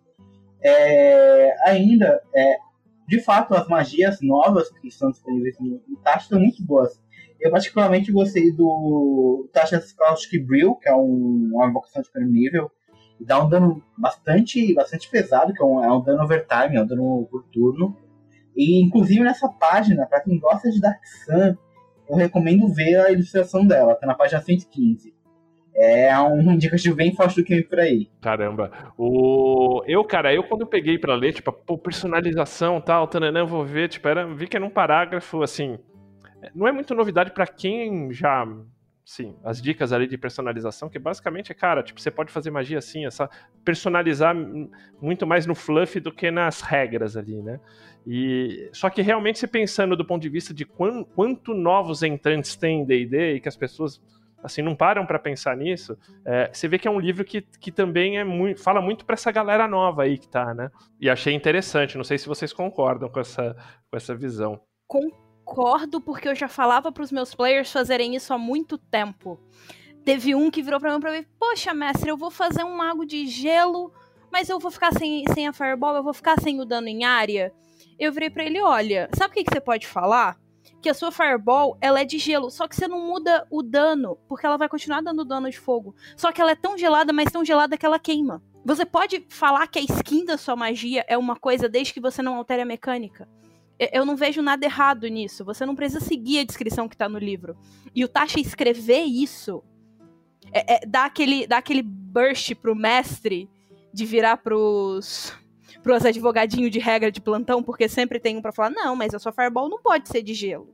É, ainda, é, de fato, as magias novas que estão disponíveis no, no Tasha são muito boas. Eu particularmente gostei do Tasha's Caustic Brew, que é um, uma invocação de primeiro nível, e dá um dano bastante, bastante pesado, que é um, é um dano overtime, é um dano por turno. E, inclusive, nessa página, para quem gosta de Dark Sun, eu recomendo ver a ilustração dela, tá na página cento e quinze. É um indicativo bem forte do que vem por aí. Caramba. O... Eu, cara, eu quando peguei pra ler, tipo, pô, personalização e tal, tananã, eu vou ver, tipo, era... vi que era um parágrafo, assim... Não é muito novidade pra quem já... Sim, as dicas ali de personalização, que basicamente é, cara, tipo, você pode fazer magia assim, essa personalizar muito mais no fluff do que nas regras ali, né? E, só que realmente você pensando do ponto de vista de quant, quanto novos entrantes tem em D e D e que as pessoas, assim, não param pra pensar nisso, é, você vê que é um livro que, que também é muito, fala muito pra essa galera nova aí que tá, né? E achei interessante, não sei se vocês concordam com essa, com essa visão. Concordo, porque eu já falava pros meus players fazerem isso há muito tempo. Teve um que virou pra mim pra mim, poxa, mestre, eu vou fazer um mago de gelo, mas eu vou ficar sem, sem a Fireball, eu vou ficar sem o dano em área. Eu virei pra ele, olha, sabe o que, que você pode falar? Que a sua Fireball, ela é de gelo, só que você não muda o dano, porque ela vai continuar dando dano de fogo. Só que ela é tão gelada, mas tão gelada que ela queima. Você pode falar que a skin da sua magia é uma coisa desde que você não altere a mecânica. Eu não vejo nada errado nisso. Você não precisa seguir a descrição que tá no livro. E o Tasha escrever isso é, é, dá, aquele, dá aquele burst pro mestre de virar pros... pros advogadinhos de regra de plantão, porque sempre tem um pra falar, não, mas a sua Fireball não pode ser de gelo.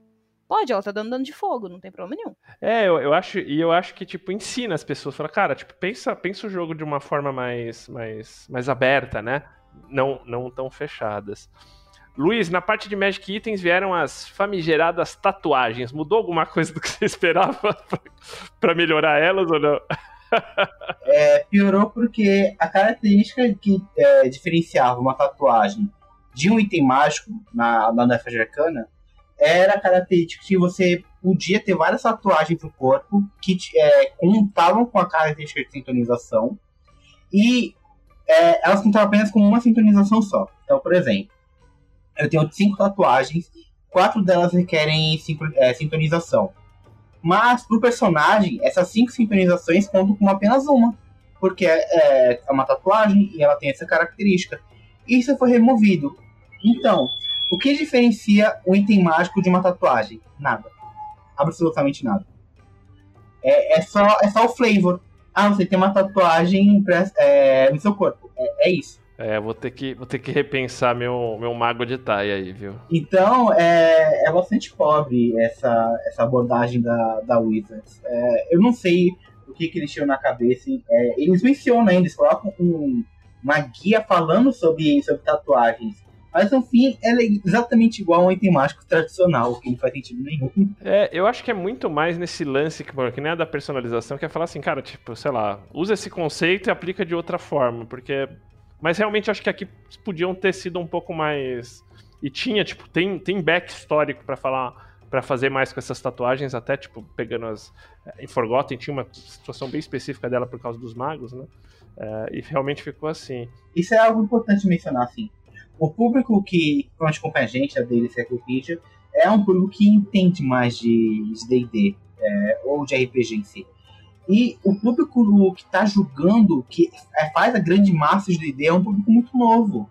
Pode, ela tá dando dano de fogo, não tem problema nenhum. É, eu, eu acho, e eu acho que, tipo, ensina as pessoas. Fala, cara, tipo, pensa, pensa o jogo de uma forma mais, mais, mais aberta, né? Não, não tão fechadas. Luiz, na parte de Magic Items vieram as famigeradas tatuagens. Mudou alguma coisa do que você esperava pra melhorar elas ou não? É, piorou porque a característica que é, diferenciava uma tatuagem de um item mágico na, na Nefas Arcana era a característica que você podia ter várias tatuagens no corpo que é, contavam com a característica de sintonização e é, elas contavam apenas com uma sintonização só. Então, por exemplo, eu tenho cinco tatuagens, quatro delas requerem é, sintonização. Mas, pro personagem, essas cinco sintonizações contam com apenas uma. Porque é, é uma tatuagem e ela tem essa característica. Isso foi removido. Então, o que diferencia um item mágico de uma tatuagem? Nada. Absolutamente nada. É, é, só, é só o flavor. Ah, você tem uma tatuagem pra, é, no seu corpo. É, é isso. É, vou ter que, vou ter que repensar meu, meu mago de Thay aí, viu? Então, é, é bastante pobre essa, essa abordagem da, da Wizards. É, eu não sei o que, que eles tinham na cabeça. É, eles mencionam ainda, eles colocam um, uma guia falando sobre, sobre tatuagens. Mas, no fim, ela é exatamente igual a um item mágico tradicional, que não faz sentido nenhum. É, eu acho que é muito mais nesse lance, que, que nem a da personalização, que é falar assim, cara, tipo, sei lá, usa esse conceito e aplica de outra forma, porque... Mas realmente eu acho que aqui podiam ter sido um pouco mais... E tinha, tipo, tem, tem back histórico pra falar, pra fazer mais com essas tatuagens, até, tipo, pegando as... Em Forgotten tinha uma situação bem específica dela por causa dos magos, né? É, e realmente ficou assim. Isso é algo importante mencionar, assim. O público que onde acompanha a gente, a Daily Cyclopedia, é um público que entende mais de D e D, é, ou de R P G em si. E o público que está julgando, que faz a grande massa de D e D, é um público muito novo.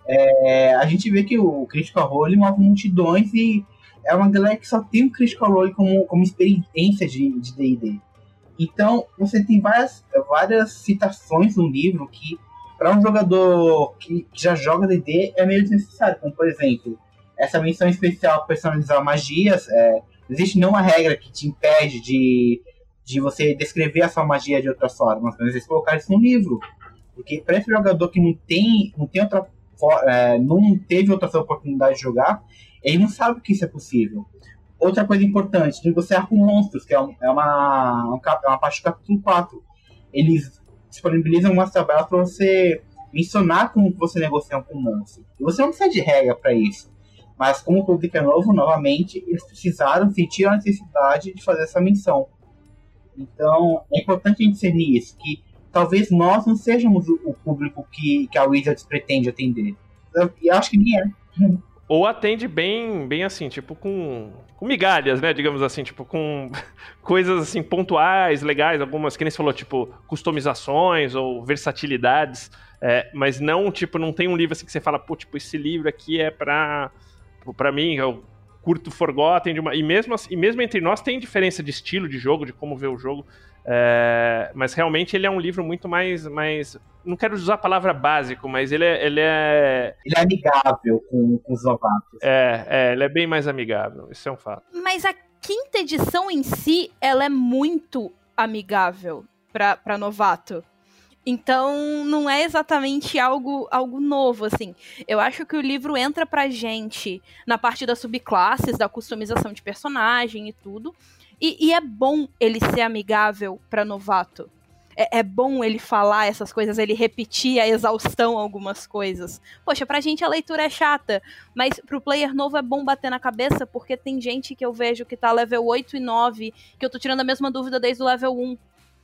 É, a gente vê que o Critical Role move multidões e é uma galera que só tem o Critical Role como, como experiência de D e D. Então, você tem várias, várias citações no livro que, para um jogador que, que já joga D e D, é meio desnecessário. Como, por exemplo, essa menção especial para personalizar magias. É, existe não uma regra que te impede de... de você descrever a sua magia de outra forma, mas eles colocaram isso no livro. Porque para esse jogador que não tem, não tem outra é, não teve outra oportunidade de jogar, ele não sabe que isso é possível. Outra coisa importante, negociar com monstros, que é, um, é, uma, um, é uma parte do capítulo quatro. Eles disponibilizam umas tabelas para você mencionar como você negocia com o monstro. E você não precisa de regra para isso. Mas como o público é novo, novamente, eles precisaram sentir a necessidade de fazer essa menção. Então, é importante a gente discernir isso, que talvez nós não sejamos o, o público que, que a Wizards pretende atender. Eu, eu acho que nem é. Ou atende bem, bem assim, tipo, com, com migalhas, né, digamos assim, tipo, com coisas, assim, pontuais, legais, algumas, que nem você falou, tipo, customizações ou versatilidades, é, mas não, tipo, não tem um livro assim que você fala, pô, tipo, esse livro aqui é pra, pra mim, eu curto Forgotten, de uma, e, mesmo, e mesmo entre nós tem diferença de estilo de jogo, de como ver o jogo, é, mas realmente ele é um livro muito mais, mais, não quero usar a palavra básico, mas ele é... Ele é, ele é amigável com, com os novatos. É, é, ele é bem mais amigável, isso é um fato. Mas a quinta edição em si, ela é muito amigável pra, pra novato. Então, não é exatamente algo, algo novo, assim. Eu acho que o livro entra pra gente na parte das subclasses, da customização de personagem e tudo. E, e é bom ele ser amigável pra novato. É, é bom ele falar essas coisas, ele repetir a exaustão algumas coisas. Poxa, pra gente a leitura é chata, mas pro player novo é bom bater na cabeça, porque tem gente que eu vejo que tá level oito e nove, que eu tô tirando a mesma dúvida desde o level um.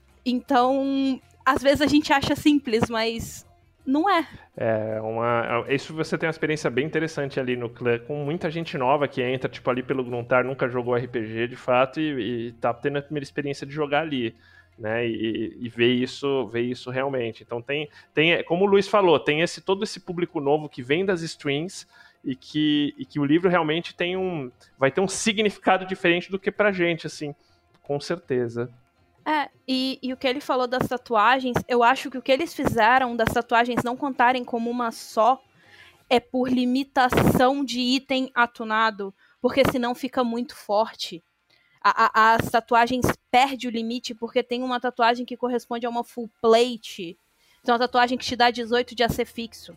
Então... às vezes a gente acha simples, mas não é. É, uma, isso você tem uma experiência bem interessante ali no clã, com muita gente nova que entra, tipo, ali pelo Gruntar, nunca jogou R P G de fato e, e tá tendo a primeira experiência de jogar ali, né, e, e ver isso, ver isso realmente. Então tem, tem, como o Luiz falou, tem esse, todo esse público novo que vem das streams e que, e que o livro realmente tem um, vai ter um significado diferente do que pra gente, assim, com certeza. É, e, e o que ele falou das tatuagens, eu acho que o que eles fizeram das tatuagens não contarem como uma só é por limitação de item atunado. porque senão fica muito forte. A, a, as tatuagens perdem o limite, porque tem uma tatuagem que corresponde a uma full plate. Tem uma tatuagem que te dá dezoito de A C fixo.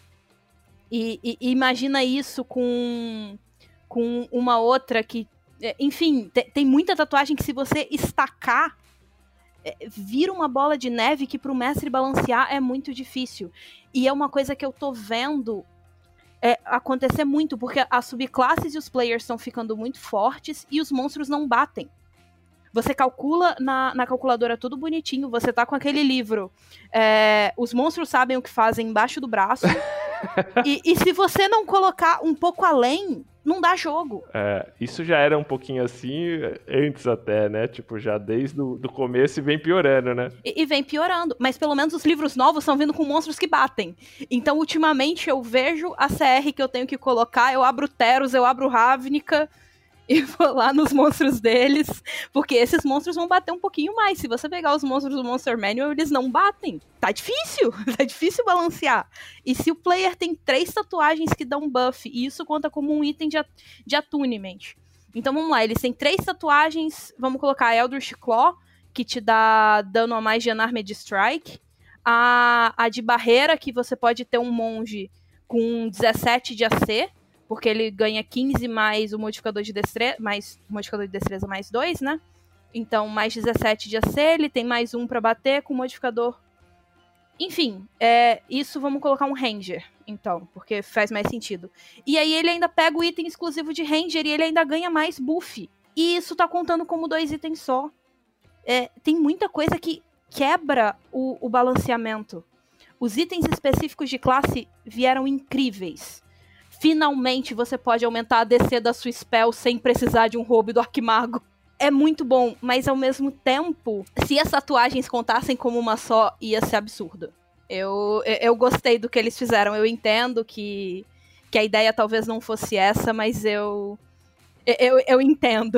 E, e, e imagina isso com, com uma outra que... Enfim, te, tem muita tatuagem que se você estacar, é, vira uma bola de neve que pro mestre balancear é muito difícil. E é uma coisa que eu tô vendo é, acontecer muito, porque as subclasses e os players estão ficando muito fortes e os monstros não batem. Você calcula na, na calculadora tudo bonitinho, você tá com aquele livro, é, os monstros sabem o que fazem embaixo do braço, e, e se você não colocar um pouco além, não dá jogo. É, isso já era um pouquinho assim antes até, né? Tipo, já desde o do começo e vem piorando, né? E, e vem piorando, mas pelo menos os livros novos estão vindo com monstros que batem. Então, ultimamente, eu vejo a C R que eu tenho que colocar, eu abro Teros, eu abro Ravnica e vou lá nos monstros deles, porque esses monstros vão bater um pouquinho mais. Se você pegar os monstros do Monster Manual, eles não batem. Tá difícil, tá difícil balancear. E se o player tem três tatuagens que dão buff, e isso conta como um item de, at de attunement. Então vamos lá, eles têm três tatuagens, vamos colocar a Eldritch Claw, que te dá dano a mais de Unarmed Strike, a, a de barreira, que você pode ter um monge com dezessete de A C, porque ele ganha quinze mais o modificador de destreza, mais o modificador de destreza mais dois, né? Então, mais dezessete de A C, ele tem mais um pra bater com o modificador. Enfim, é, isso vamos colocar um Ranger, então, porque faz mais sentido. E aí ele ainda pega o item exclusivo de Ranger e ele ainda ganha mais buff. E isso tá contando como dois itens só. É, tem muita coisa que quebra o, o balanceamento. Os itens específicos de classe vieram incríveis. Finalmente você pode aumentar a D C da sua spell sem precisar de um roubo do Arquimago. É muito bom, mas ao mesmo tempo, se as tatuagens contassem como uma só, ia ser absurdo. Eu, eu gostei do que eles fizeram. Eu entendo que, que a ideia talvez não fosse essa, mas eu... Eu, eu entendo.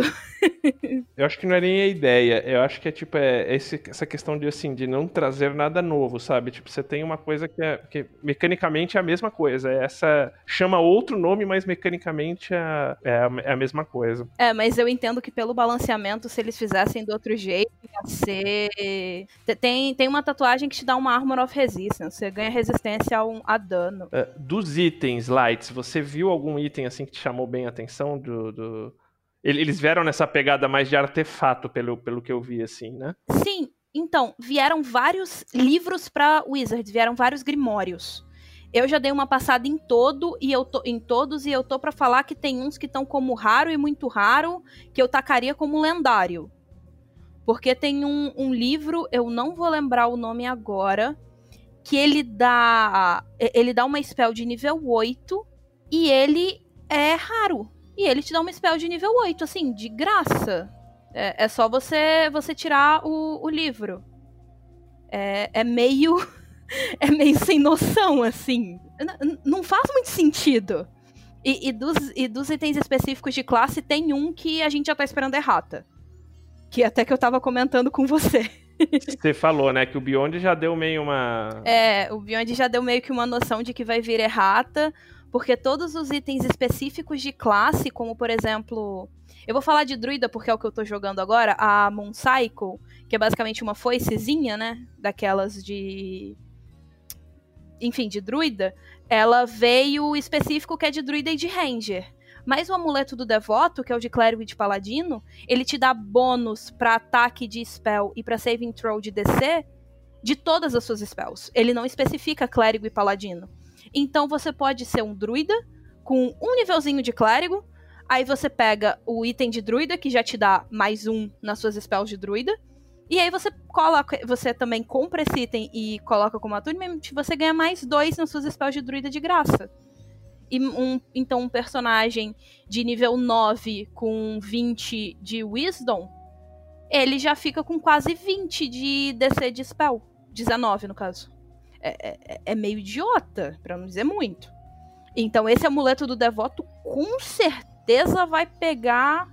Eu acho que não é nem a ideia. Eu acho que é tipo é esse, essa questão de assim de não trazer nada novo, sabe? Tipo, você tem uma coisa que, é, que mecanicamente é a mesma coisa. Essa chama outro nome, mas mecanicamente é a, é a, é a mesma coisa. É, mas eu entendo que pelo balanceamento, se eles fizessem do outro jeito, ia ser... Tem, tem uma tatuagem que te dá uma Armor of Resistance. Você ganha resistência a, um, a dano. Uh, dos itens, Lights, você viu algum item assim que te chamou bem a atenção do... do... Eles vieram nessa pegada mais de artefato, pelo, pelo que eu vi, assim, né? Sim, então, vieram vários livros pra Wizards, vieram vários grimórios. Eu já dei uma passada em todo e eu tô, em todos, e eu tô pra falar que tem uns que estão como raro e muito raro, que eu tacaria como lendário. Porque tem um, um livro, eu não vou lembrar o nome agora, que ele dá, ele dá uma spell de nível oito e ele é raro. E ele te dá uma spell de nível oito, assim, de graça. É, é só você, você tirar o, o livro. É, é meio... é meio sem noção, assim. N- não faz muito sentido. E, e, dos, e dos itens específicos de classe, tem um que a gente já tá esperando errata. Que até que eu tava comentando com você. Você falou, né, que o Beyond já deu meio uma... É, o Beyond já deu meio que uma noção de que vai vir errata... Porque todos os itens específicos de classe, como por exemplo... Eu vou falar de druida porque é o que eu tô jogando agora. A Moon Cycle, que é basicamente uma foicezinha, né? Daquelas de... Enfim, de druida. Ela veio específico que é de druida e de ranger. Mas o amuleto do devoto, que é o de clérigo e de paladino, ele te dá bônus pra ataque de spell e pra saving throw de D C de todas as suas spells. Ele não especifica clérigo e paladino. Então você pode ser um druida com um nívelzinho de clérigo, aí você pega o item de druida, que já te dá mais um nas suas spells de druida, e aí você coloca, você também compra esse item e coloca como attunement, você ganha mais dois nas suas spells de druida de graça. E um, então um personagem de nível nove com vinte de wisdom, ele já fica com quase vinte de D C de spell, dezenove no caso. É, é, é meio idiota, pra não dizer muito. Então esse amuleto do devoto com certeza vai pegar...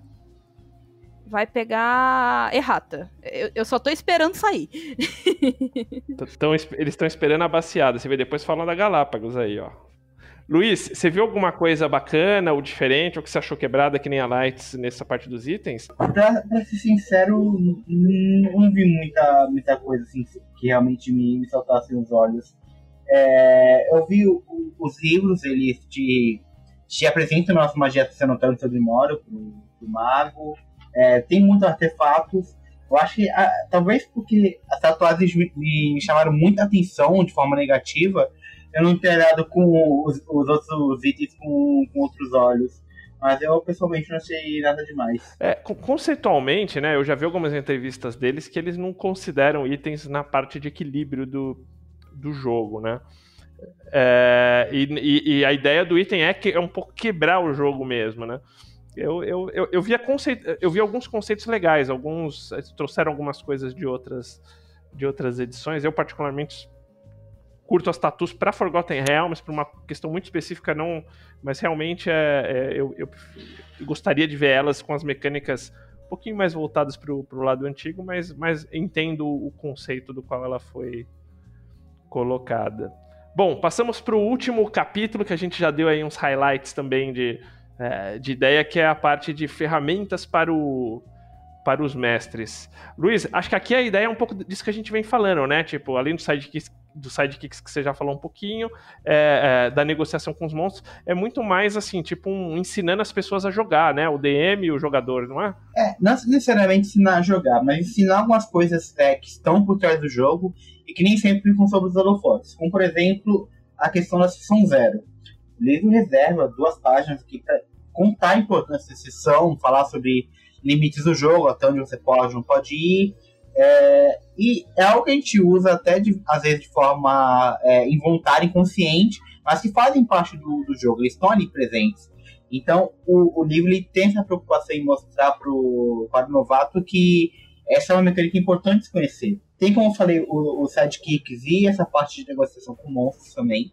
Vai pegar errata. Eu, eu só tô esperando sair. Tão, eles estão esperando a baciada. Você vê depois falando da Galápagos aí, ó. Luiz, você viu alguma coisa bacana ou diferente, ou que você achou quebrada que nem a Lights nessa parte dos itens? Pra, pra ser sincero, não, não vi muita, muita coisa assim que realmente me, me saltasse nos olhos. É, eu vi o, os livros, eles te, te apresentam a nossa magia cenotária do Grimório pro, pro mago. É, tem muitos artefatos. Eu acho que, ah, talvez porque as tatuagens me, me chamaram muita atenção de forma negativa, eu não tenho olhado com os, os outros itens com, com outros olhos. Mas eu, pessoalmente, não achei nada demais. É, conceitualmente, né, eu já vi algumas entrevistas deles que eles não consideram itens na parte de equilíbrio do, do jogo, né? É, e, e, e a ideia do item é, que, é um pouco quebrar o jogo mesmo, né? Eu, eu, eu, eu, vi conceito, eu vi alguns conceitos legais, alguns trouxeram algumas coisas de outras, de outras edições. Eu, particularmente, curto as tatus para Forgotten Realms, por uma questão muito específica, não, mas realmente é, é, eu, eu, eu gostaria de ver elas com as mecânicas um pouquinho mais voltadas para o lado antigo, mas, mas entendo o conceito do qual ela foi colocada. Bom, passamos para o último capítulo, que a gente já deu aí uns highlights também de, é, de ideia, que é a parte de ferramentas para, o, para os mestres. Luiz, acho que aqui a ideia é um pouco disso que a gente vem falando, né? Tipo, além do sidekicks, do sidekicks que você já falou um pouquinho, é, é, da negociação com os monstros, é muito mais assim, tipo, um, ensinando as pessoas a jogar, né? O D M e o jogador, não é? É, não necessariamente ensinar a jogar, mas ensinar algumas coisas é, que estão por trás do jogo e que nem sempre ficam sobre os holofotes. Como, por exemplo, a questão da sessão zero. O livro reserva duas páginas aqui para contar a importância da sessão, falar sobre limites do jogo, até onde você pode ou não pode ir. É, e é algo que a gente usa até de, às vezes de forma é, involuntária, inconsciente, mas que fazem parte do, do jogo, eles estão ali presentes. Então o, o livro ele tem essa preocupação em mostrar pro, para o novato que essa é uma mecânica importante de se conhecer. Tem, como eu falei, o, o sidekicks e essa parte de negociação com monstros também.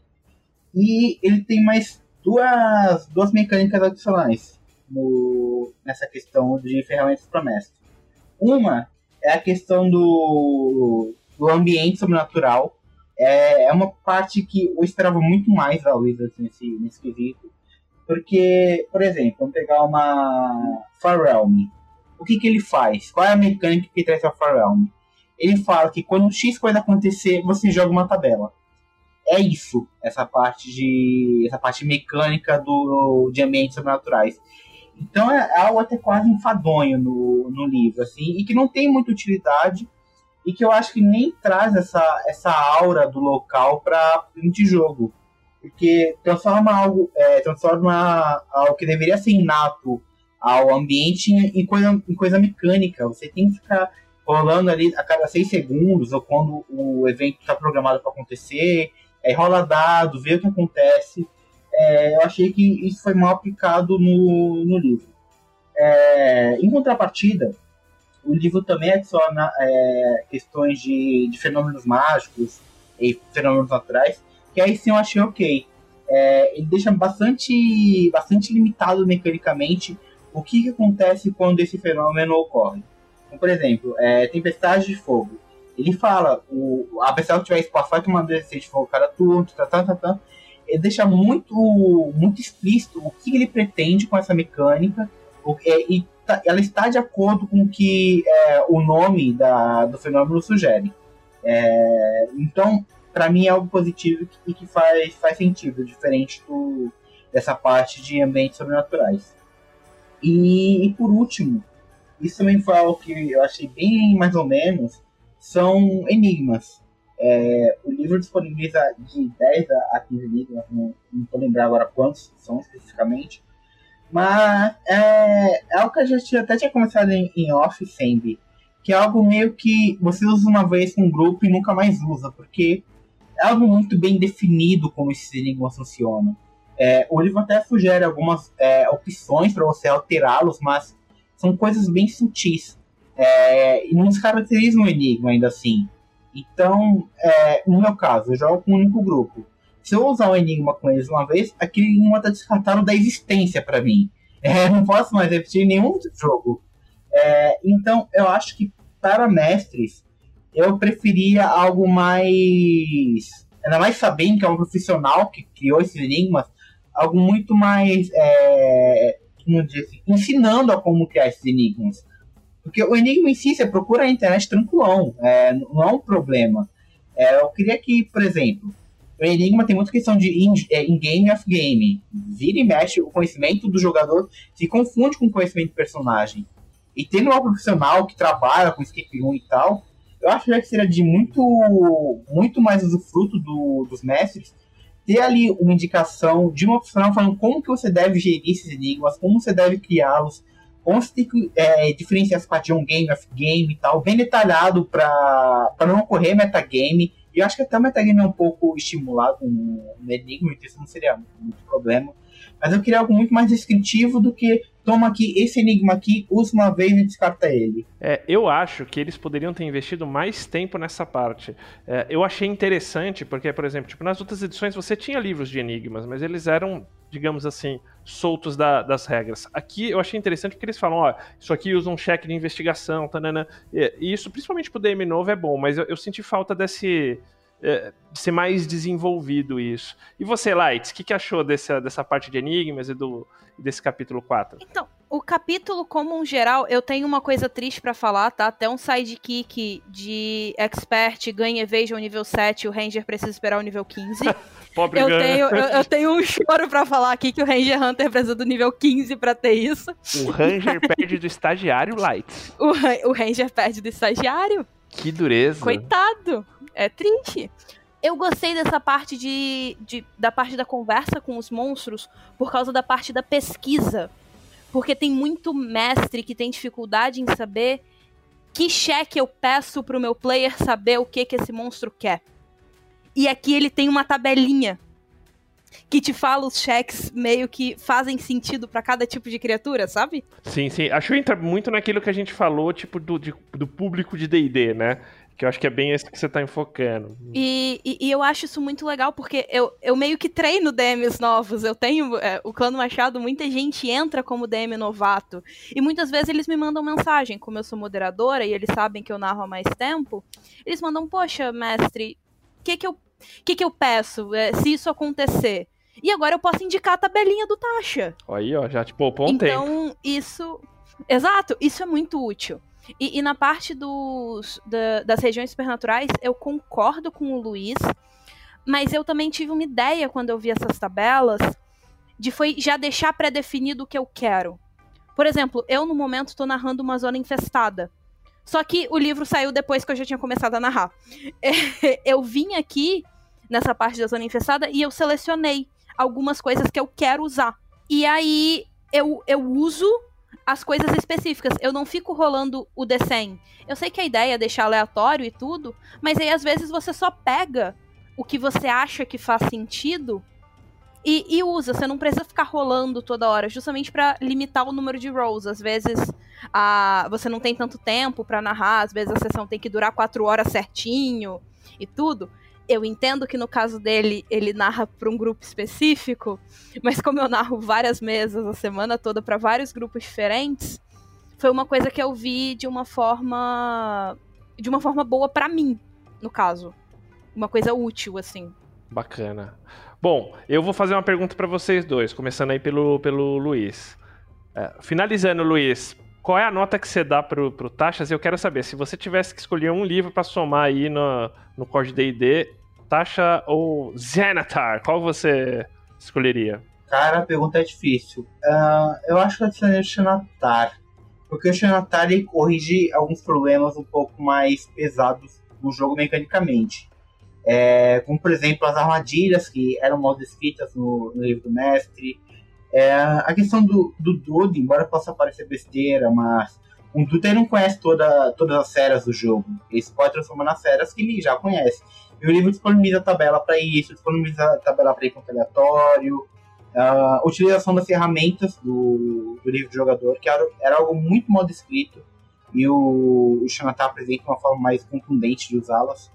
E ele tem mais duas, duas mecânicas adicionais no, nessa questão de ferramentas para mestre. Uma é a questão do, do ambiente sobrenatural. É, é uma parte que eu esperava muito mais da Wizards nesse, nesse quesito. Porque, por exemplo, vamos pegar uma Far Realm. O que, que ele faz? Qual é a mecânica que traz a Far Realm? Ele fala que quando X coisa acontecer, você joga uma tabela. É isso, essa parte de essa parte mecânica do, de ambientes sobrenaturais. Então é algo até quase enfadonho no, no livro, assim, e que não tem muita utilidade, e que eu acho que nem traz essa, essa aura do local para de jogo. Porque transforma algo, é, transforma algo que deveria ser inato ao ambiente em coisa, em coisa mecânica. Você tem que ficar rolando ali a cada seis segundos, ou quando o evento está programado para acontecer, aí rola dado, vê o que acontece. É, eu achei que isso foi mal aplicado no, no livro. É, em contrapartida, o livro também adiciona é, questões de, de fenômenos mágicos e fenômenos naturais, que aí sim eu achei ok. É, ele deixa bastante, bastante limitado mecanicamente o que, que acontece quando esse fenômeno ocorre. Então, por exemplo, é, tempestade de fogo. Ele fala, o, a pessoa que tiver espaço vai tomar dezesseis de fogo cada turno, tá, tá, tá, tá. Ele deixa muito, muito explícito o que ele pretende com essa mecânica, o, é, e tá, ela está de acordo com o que é, o nome da, do fenômeno sugere. É, então, para mim é algo positivo e que faz, faz sentido, diferente do, dessa parte de ambientes sobrenaturais. E, e por último, isso também foi algo que eu achei bem mais ou menos, são enigmas. É, o livro disponibiliza de dez a quinze enigmas, não estou lembrando agora quantos são especificamente, mas é, é algo que a gente até tinha começado em, em off, sempre, que é algo meio que você usa uma vez com um grupo e nunca mais usa, porque é algo muito bem definido como esses enigmas funcionam. É, o livro até sugere algumas é, opções para você alterá-los, mas são coisas bem sutis. É, e não descaracterizam o enigma ainda assim. Então, é, no meu caso, eu jogo com um único grupo. Se eu usar o enigma com eles uma vez, aquele enigma está descartado da existência para mim. É, não posso mais repetir nenhum outro jogo. É, então, eu acho que para mestres, eu preferia algo mais... Ainda mais sabendo que é um profissional que criou esses enigmas, algo muito mais, é, como dizer assim, ensinando a como criar esses enigmas. Porque o enigma em si, você procura na internet tranquilão, é, não é um problema. É, eu queria que, por exemplo, o enigma tem muita questão de in-game of game. Vira e mexe, o conhecimento do jogador se confunde com o conhecimento do personagem. E tendo uma profissional que trabalha com escape room e tal, eu acho que seria de muito, muito mais usufruto do, dos mestres ter ali uma indicação de uma profissional falando como que você deve gerir esses enigmas, como você deve criá-los, como você tem que é, diferenciar as partes de um game of game e tal, bem detalhado para não ocorrer metagame. E eu acho que até o metagame é um pouco estimulado no, no enigma, então isso não seria muito problema. Mas eu queria algo muito mais descritivo do que toma aqui esse enigma aqui, usa uma vez e descarta ele. É, eu acho que eles poderiam ter investido mais tempo nessa parte. É, eu achei interessante porque, por exemplo, tipo, nas outras edições você tinha livros de enigmas, mas eles eram, digamos assim, soltos da, das regras. Aqui eu achei interessante porque eles falam, ó, isso aqui usa um cheque de investigação, tanana, e, e isso, principalmente pro D M novo, é bom, mas eu, eu senti falta desse... É, de ser mais desenvolvido isso. E você, Lights, o que, que achou dessa, dessa parte de enigmas e do, desse capítulo quatro? Então, o capítulo como um geral, eu tenho uma coisa triste pra falar, tá? Até um sidekick de expert ganha Evasion nível sete, o Ranger precisa esperar o nível quinze. Pobre eu, ganha. tenho, eu, eu tenho um choro pra falar aqui que o Ranger Hunter precisa do nível quinze pra ter isso. O Ranger perde do estagiário, Lights. O, o Ranger perde do estagiário. Que dureza. Coitado. É triste. Eu gostei dessa parte de, de, da parte da conversa com os monstros por causa da parte da pesquisa. Porque tem muito mestre que tem dificuldade em saber que cheque eu peço pro meu player saber o que, que esse monstro quer. E aqui ele tem uma tabelinha que te fala os cheques meio que fazem sentido pra cada tipo de criatura, sabe? Sim, sim. Acho que entra muito naquilo que a gente falou, tipo, do, de, do público de D e D, né? Que eu acho que é bem esse que você tá enfocando. E, e, e eu acho isso muito legal, porque eu, eu meio que treino D Ms novos. Eu tenho é, o Clã do Machado, muita gente entra como D M novato. E muitas vezes eles me mandam mensagem, como eu sou moderadora e eles sabem que eu narro há mais tempo. Eles mandam, poxa, mestre, o que que eu, que que eu peço é, se isso acontecer? E agora eu posso indicar a tabelinha do Tasha. Aí, ó, já te poupou um então, tempo. Então, isso... Exato, isso é muito útil. E, e na parte dos, da, das regiões supernaturais, eu concordo com o Luiz, mas eu também tive uma ideia quando eu vi essas tabelas, de foi já deixar pré-definido o que eu quero. Por exemplo, eu no momento estou narrando uma zona infestada. Só que o livro saiu depois que eu já tinha começado a narrar. Eu vim aqui, nessa parte da zona infestada, e eu selecionei algumas coisas que eu quero usar. E aí, eu, eu uso as coisas específicas. Eu não fico rolando o D cem. Eu sei que a ideia é deixar aleatório e tudo, mas aí às vezes você só pega o que você acha que faz sentido e, e usa. Você não precisa ficar rolando toda hora, justamente pra limitar o número de rolls. Às vezes a, você não tem tanto tempo pra narrar, às vezes a sessão tem que durar quatro horas certinho e tudo. Eu entendo que no caso dele, ele narra para um grupo específico, mas como eu narro várias mesas a semana toda para vários grupos diferentes, foi uma coisa que eu vi de uma forma de uma forma boa para mim, no caso. Uma coisa útil, assim. Bacana. Bom, eu vou fazer uma pergunta para vocês dois, começando aí pelo, pelo Luiz. É, finalizando, Luiz, qual é a nota que você dá pro, pro Taxas? Eu quero saber, se você tivesse que escolher um livro para somar aí no, no Core D e D, Tasha ou Xanatar, qual você escolheria? Cara, a pergunta é difícil. Uh, eu acho que eu adicionei o Xanatar, porque o Xanatar ele corrige alguns problemas um pouco mais pesados no jogo mecanicamente. É, como, por exemplo, as armadilhas que eram mal descritas no, no livro do mestre. É, a questão do, do Dude, embora possa parecer besteira, mas um Dude não conhece toda, todas as feras do jogo. Ele se pode transformar nas feras que ele já conhece. E o livro disponibiliza a tabela para isso, disponibiliza a tabela para ir com aleatório, a utilização das ferramentas do, do livro do jogador, que era, era algo muito mal descrito, e o, o Xanatar apresenta uma forma mais contundente de usá-las.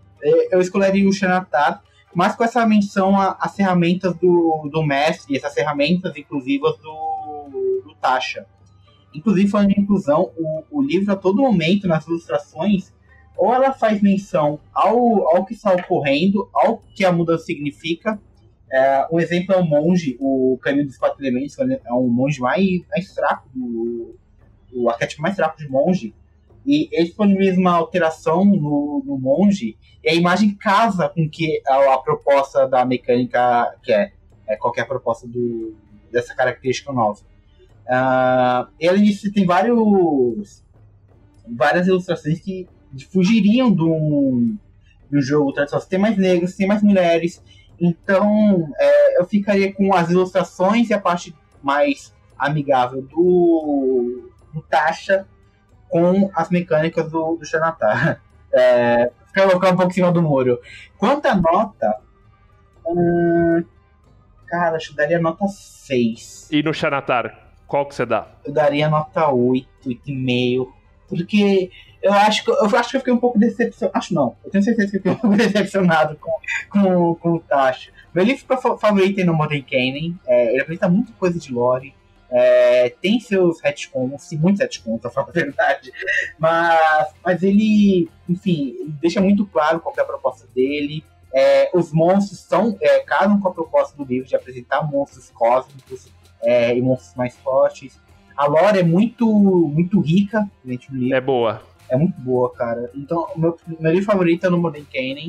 Eu escolheria o Xanatar, mas com essa menção às ferramentas do, do mestre, essas ferramentas inclusivas do, do Tasha. Inclusive, falando de inclusão, o, o livro a todo momento, nas ilustrações, ou ela faz menção ao, ao que está ocorrendo, ao que a mudança significa, É, um exemplo é o monge, o Caminho dos Quatro Elementos, é um monge mais, mais fraco, do, o arquétipo mais fraco de monge. E ele disponibiliza uma alteração no, no monge, e a imagem casa com que a, a proposta da mecânica que é, é qualquer proposta do, dessa característica nova. Uh, ele tem vários, várias ilustrações que fugiriam de um, de um jogo tradicional. Tem mais negros, tem mais mulheres. Então, é, eu ficaria com as ilustrações e a parte mais amigável do, do Tasha com as mecânicas do, do Xanatar. É, pra colocar um pouco em cima do muro. Quanto à nota, hum, cara, acho que eu daria nota seis. E no Xanatar, qual que você dá? Eu daria nota oito, oito e meio. Porque eu acho que eu acho que eu fiquei um pouco decepcionado. Acho não, eu tenho certeza que eu fiquei um pouco decepcionado com, com, com o Tasha. Meu livro favorito é no Modern Canon. É, ele apresenta muita coisa de lore. É, tem seus retcons, muitos retcons, pra falar a verdade. Mas, mas ele, enfim, deixa muito claro qual é a proposta dele. É, os monstros são, é, casam com a proposta do livro de apresentar monstros cósmicos é, e monstros mais fortes. A lore é muito, muito rica dentro do livro. É boa. É muito boa, cara. Então, o meu, meu livro favorito é no Modern Canon.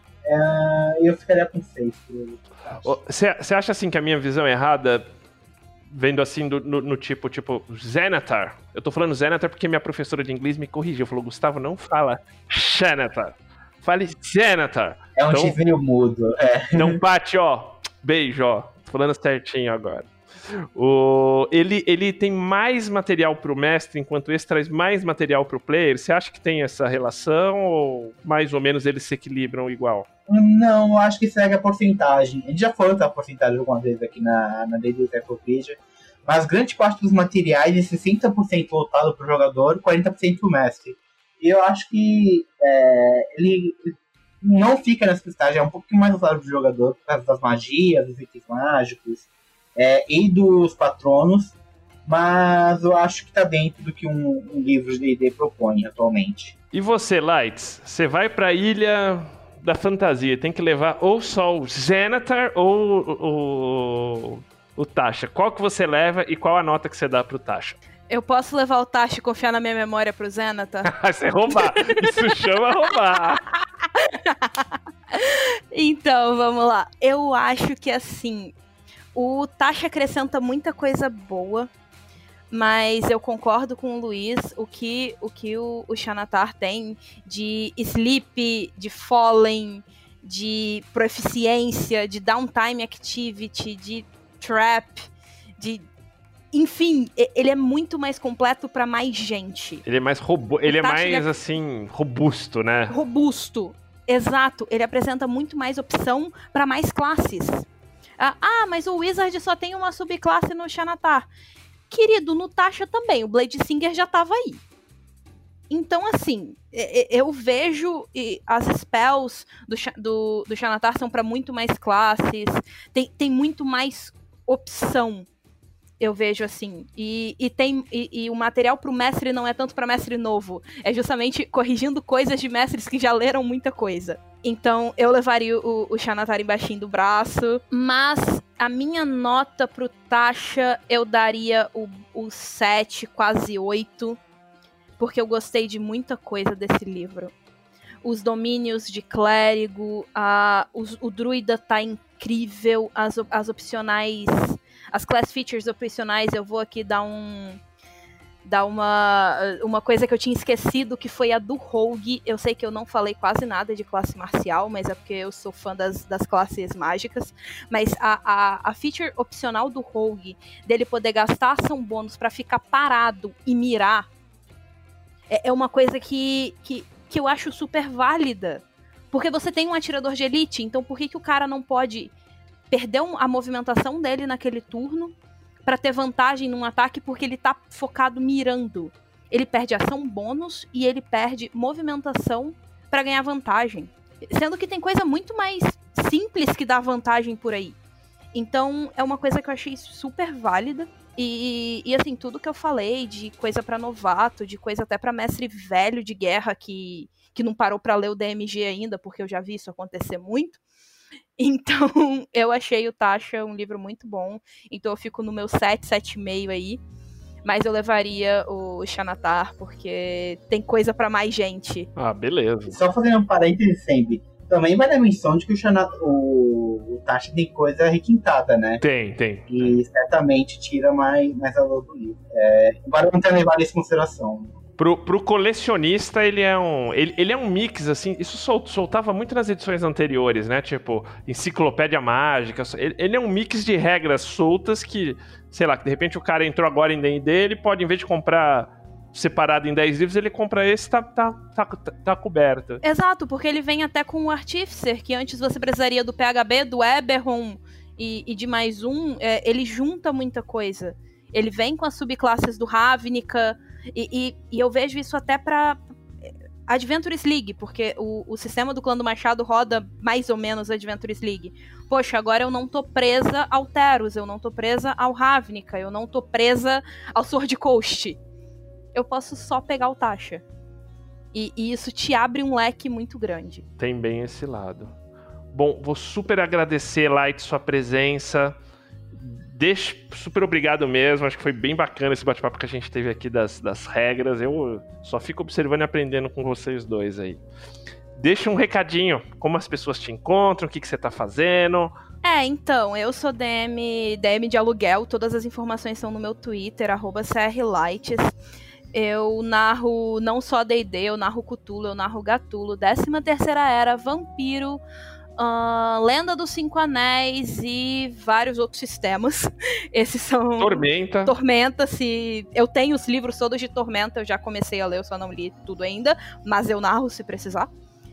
E é, eu ficaria com seis. Você acha assim que a minha visão é errada, vendo assim do, no, no tipo, tipo, Xanatar? Eu tô falando Xanatar porque minha professora de inglês me corrigiu. Falou, Gustavo, não fala Xanatar. Fale Xanatar. É um então, X-Meio mudo. É. Então, Paty, ó, beijo, ó. Tô falando certinho agora. O, ele, ele tem mais material pro mestre, enquanto esse traz mais material pro player. Você acha que tem essa relação ou mais ou menos eles se equilibram igual? Não, eu acho que segue a porcentagem. A gente já falou da porcentagem algumas vezes aqui na, na D and D Encyclopedia, mas grande parte dos materiais é sessenta por cento voltado pro jogador e quarenta por cento pro mestre. E eu acho que é, ele não fica nessa porcentagem, é um pouquinho mais voltado pro jogador por causa das magias, dos itens mágicos. É, e dos patronos, mas eu acho que tá dentro do que um, um livro de D and D propõe atualmente. E você, Lights? Você vai pra Ilha da Fantasia, tem que levar ou só o Xanatar ou o, o Tasha. Qual que você leva e qual a nota que você dá pro Tasha? Eu posso levar o Tasha e confiar na minha memória pro Xanatar? Você roubar, isso chama roubar. Então, vamos lá. Eu acho que assim... O Tasha acrescenta muita coisa boa, mas eu concordo com o Luiz, o que o, que o, o Xanatar tem de sleep, de fallen, de proficiência, de downtime activity, de trap, de... Enfim, ele é muito mais completo para mais gente. Ele é mais robu... ele é mais, ele é... assim, robusto, né? Robusto, exato. Ele apresenta muito mais opção para mais classes. Ah, mas o Wizard só tem uma subclasse no Xanatar. Querido, no Tasha também, o Bladesinger já tava aí. Então, assim, eu vejo as spells do, do, do Xanatar são para muito mais classes, tem, tem muito mais opção, eu vejo assim. E, e, tem, e, e o material pro mestre não é tanto para mestre novo, é justamente corrigindo coisas de mestres que já leram muita coisa. Então, eu levaria o, o Xanatar embaixo do braço. Mas a minha nota pro Tasha, eu daria o, o sete, quase oito. Porque eu gostei de muita coisa desse livro. Os domínios de clérigo, a, os, o druida tá incrível. As, as opcionais, as class features opcionais, eu vou aqui dar um... dar uma, uma coisa que eu tinha esquecido, que foi a do Rogue. Eu sei que eu não falei quase nada de classe marcial, mas é porque eu sou fã das, das classes mágicas. Mas a, a, a feature opcional do Rogue, dele poder gastar ação bônus pra ficar parado e mirar, é, é uma coisa que, que, que eu acho super válida. Porque você tem um atirador de elite, então por que, que o cara não pode perder um, a movimentação dele naquele turno pra ter vantagem num ataque, porque ele tá focado mirando? Ele perde ação bônus e ele perde movimentação pra ganhar vantagem. Sendo que tem coisa muito mais simples que dá vantagem por aí. Então, é uma coisa que eu achei super válida. E, e assim, tudo que eu falei de coisa pra novato, de coisa até pra mestre velho de guerra que, que não parou pra ler o D M G ainda, porque eu já vi isso acontecer muito. Então, eu achei o Tasha um livro muito bom. Então, eu fico no meu sete, sete e meio aí. Mas eu levaria o Xanatar, porque tem coisa pra mais gente. Ah, beleza. Só fazendo um parênteses sempre. Também vai dar menção de que o, Xana, o, o Tasha tem coisa requintada, né? Tem, tem. E certamente tira mais, mais valor do livro. É, embora não tenha levado isso em consideração. Pro, pro colecionista, ele é um ele, ele é um mix, assim, isso sol, soltava muito nas edições anteriores, né, tipo, Enciclopédia Mágica, ele, ele é um mix de regras soltas que, sei lá, que de repente o cara entrou agora em D e D, ele pode, em vez de comprar separado em dez livros, ele compra esse, tá, tá, tá, tá coberto. Exato, porque ele vem até com o Artificer, que antes você precisaria do P H B, do Eberron e, e de mais um, é, ele junta muita coisa. Ele vem com as subclasses do Ravnica. E, e, e eu vejo isso até pra Adventures League, porque o, o sistema do Clã do Machado roda mais ou menos Adventures League. Poxa, agora eu não tô presa ao Teros, eu não tô presa ao Ravnica, eu não tô presa ao Sword Coast. Eu posso só pegar o Tasha. E, e isso te abre um leque muito grande. Tem bem esse lado. Bom, vou super agradecer, Light, sua presença. Deixa, super obrigado mesmo, acho que foi bem bacana esse bate-papo que a gente teve aqui das, das regras, eu só fico observando e aprendendo com vocês dois aí. Deixa um recadinho, como as pessoas te encontram, o que, que você tá fazendo. É, então, eu sou D M, D M de aluguel, todas as informações são no meu Twitter, arroba crlights. Eu narro não só D e D, eu narro Cthulhu, eu narro Gatulo, décima terceira Era, Vampiro, Uh, Lenda dos Cinco Anéis e vários outros sistemas. Esses são... Tormenta. Tormenta, se... Eu tenho os livros todos de Tormenta, eu já comecei a ler, eu só não li tudo ainda, mas eu narro se precisar.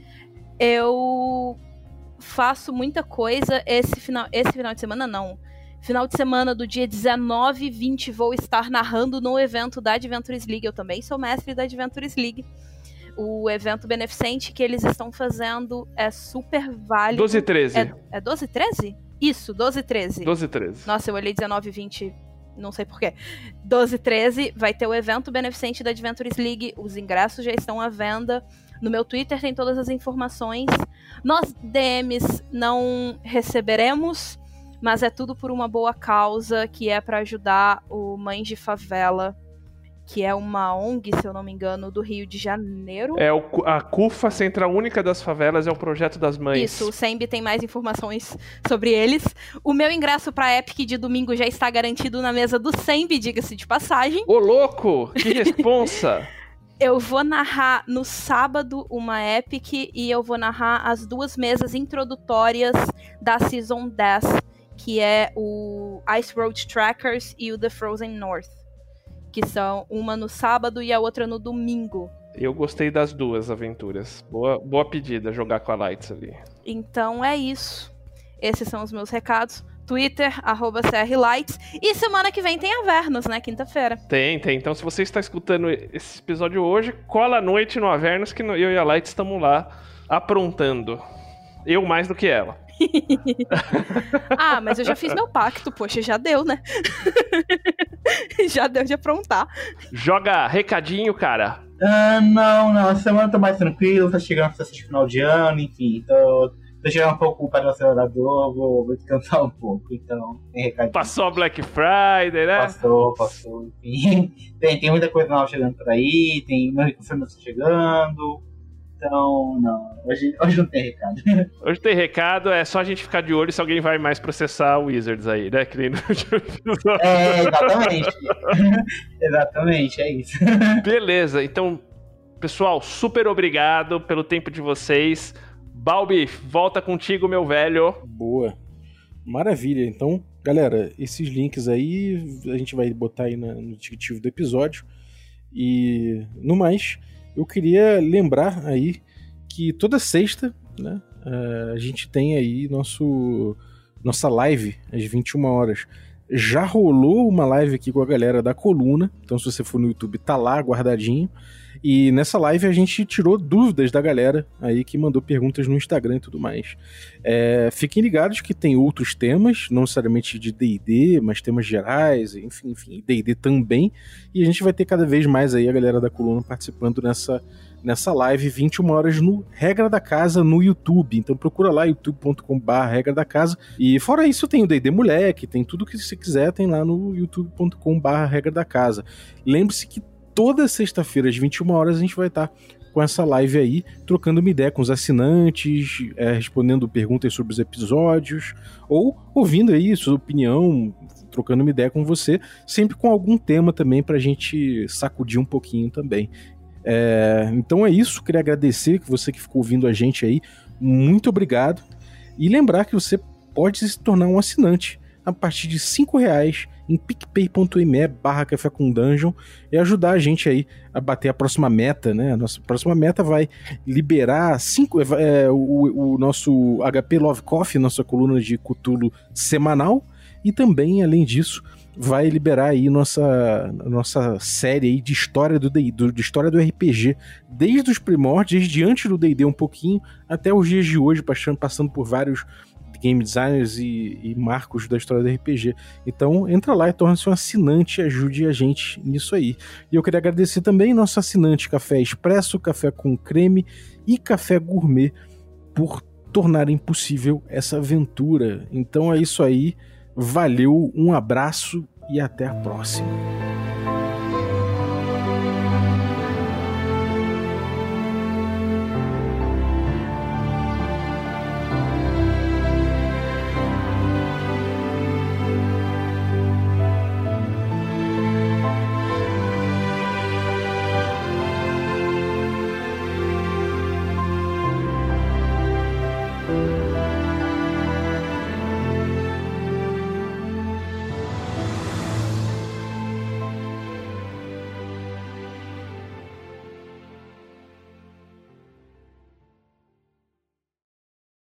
Eu faço muita coisa esse final, esse final de semana, não. Final de semana do dia dezenove e vinte vou estar narrando no evento da Adventures League. Eu também sou mestre da Adventures League. O evento beneficente que eles estão fazendo é super válido. doze e treze. É, é doze e treze? Isso, doze e treze. doze e treze. Nossa, eu olhei dezenove e vinte, não sei porquê. doze e treze vai ter o evento beneficente da Adventures League. Os ingressos já estão à venda. No meu Twitter tem todas as informações. Nós, D Ms, não receberemos, mas é tudo por uma boa causa, que é para ajudar o Mães de Favela, que é uma O N G, se eu não me engano, do Rio de Janeiro. É o, a CUFA, Central Única das Favelas, é o projeto das mães. Isso, o Sembi tem mais informações sobre eles. O meu ingresso pra Epic de domingo já está garantido na mesa do Sembi, diga-se de passagem. Ô, louco! Que responsa! Eu vou narrar no sábado uma Epic e eu vou narrar as duas mesas introdutórias da Season dez, que é o Ice Road Trackers e o The Frozen North, que são uma no sábado e a outra no domingo. Eu gostei das duas aventuras. Boa, boa pedida, jogar com a Lights ali. Então é isso. Esses são os meus recados. Twitter, arroba crlights. E semana que vem tem Avernos, né? Quinta-feira. Tem, tem. Então se você está escutando esse episódio hoje, cola à noite no Avernos, que eu e a Lights estamos lá aprontando. Eu mais do que ela. Ah, mas eu já fiz meu pacto, poxa, já deu, né? Já deu de aprontar. Joga recadinho, cara. Ah, não, não, a semana tá mais tranquila, tá chegando a festa de final de ano, enfim, tô, tô chegando um pouco para o acelerador, vou, vou descansar um pouco, então tem recadinho. Passou a Black Friday, né? Passou, passou, enfim. Tem, tem muita coisa nova chegando por aí, tem meu recurso chegando. Então, não, hoje, hoje não tem recado. Hoje tem recado, é só a gente ficar de olho se alguém vai mais processar o Wizards aí, né? Que nem no É, exatamente. Exatamente, é isso. Beleza, então, pessoal, super obrigado pelo tempo de vocês. Balbi, volta contigo, meu velho. Boa. Maravilha. Então, galera, esses links aí a gente vai botar aí no descritivo do episódio. E, no mais, eu queria lembrar aí que toda sexta, né, a gente tem aí nosso, nossa live às vinte e uma horas. Já rolou uma live aqui com a galera da Coluna, então se você for no YouTube tá lá guardadinho. E nessa live a gente tirou dúvidas da galera aí que mandou perguntas no Instagram e tudo mais. É, fiquem ligados que tem outros temas, não necessariamente de D e D, mas temas gerais, enfim, enfim, D e D também. E a gente vai ter cada vez mais aí a galera da Coluna participando nessa, nessa live, vinte e uma horas no Regra da Casa no YouTube. Então procura lá, youtube ponto com barra Regra da Casa. E fora isso, tem o D e D Moleque, tem tudo que você quiser, tem lá no youtube ponto com barra Regra da Casa. Lembre-se que toda sexta-feira, às vinte e uma horas, a gente vai estar com essa live aí, trocando uma ideia com os assinantes, é, respondendo perguntas sobre os episódios, ou ouvindo aí sua opinião, trocando uma ideia com você, sempre com algum tema também pra gente sacudir um pouquinho também. É, então é isso, queria agradecer que você que ficou ouvindo a gente aí, muito obrigado, e lembrar que você pode se tornar um assinante a partir de cinco reais em picpay.me barra café com dungeon e ajudar a gente aí a bater a próxima meta, né? A nossa próxima meta vai liberar cinco, é, o, o nosso H P Love Coffee, nossa coluna de Cthulhu semanal, e também, além disso, vai liberar aí nossa, nossa série aí de história do, do, de história do R P G, desde os primórdios, desde antes do D e D um pouquinho, até os dias de hoje, passando, passando por vários game designers e, e marcos da história do R P G. Então entra lá e torna-se um assinante e ajude a gente nisso aí. E eu queria agradecer também nosso assinante Café Expresso, Café com Creme e Café Gourmet por tornarem possível essa aventura. Então é isso aí, valeu, um abraço e até a próxima.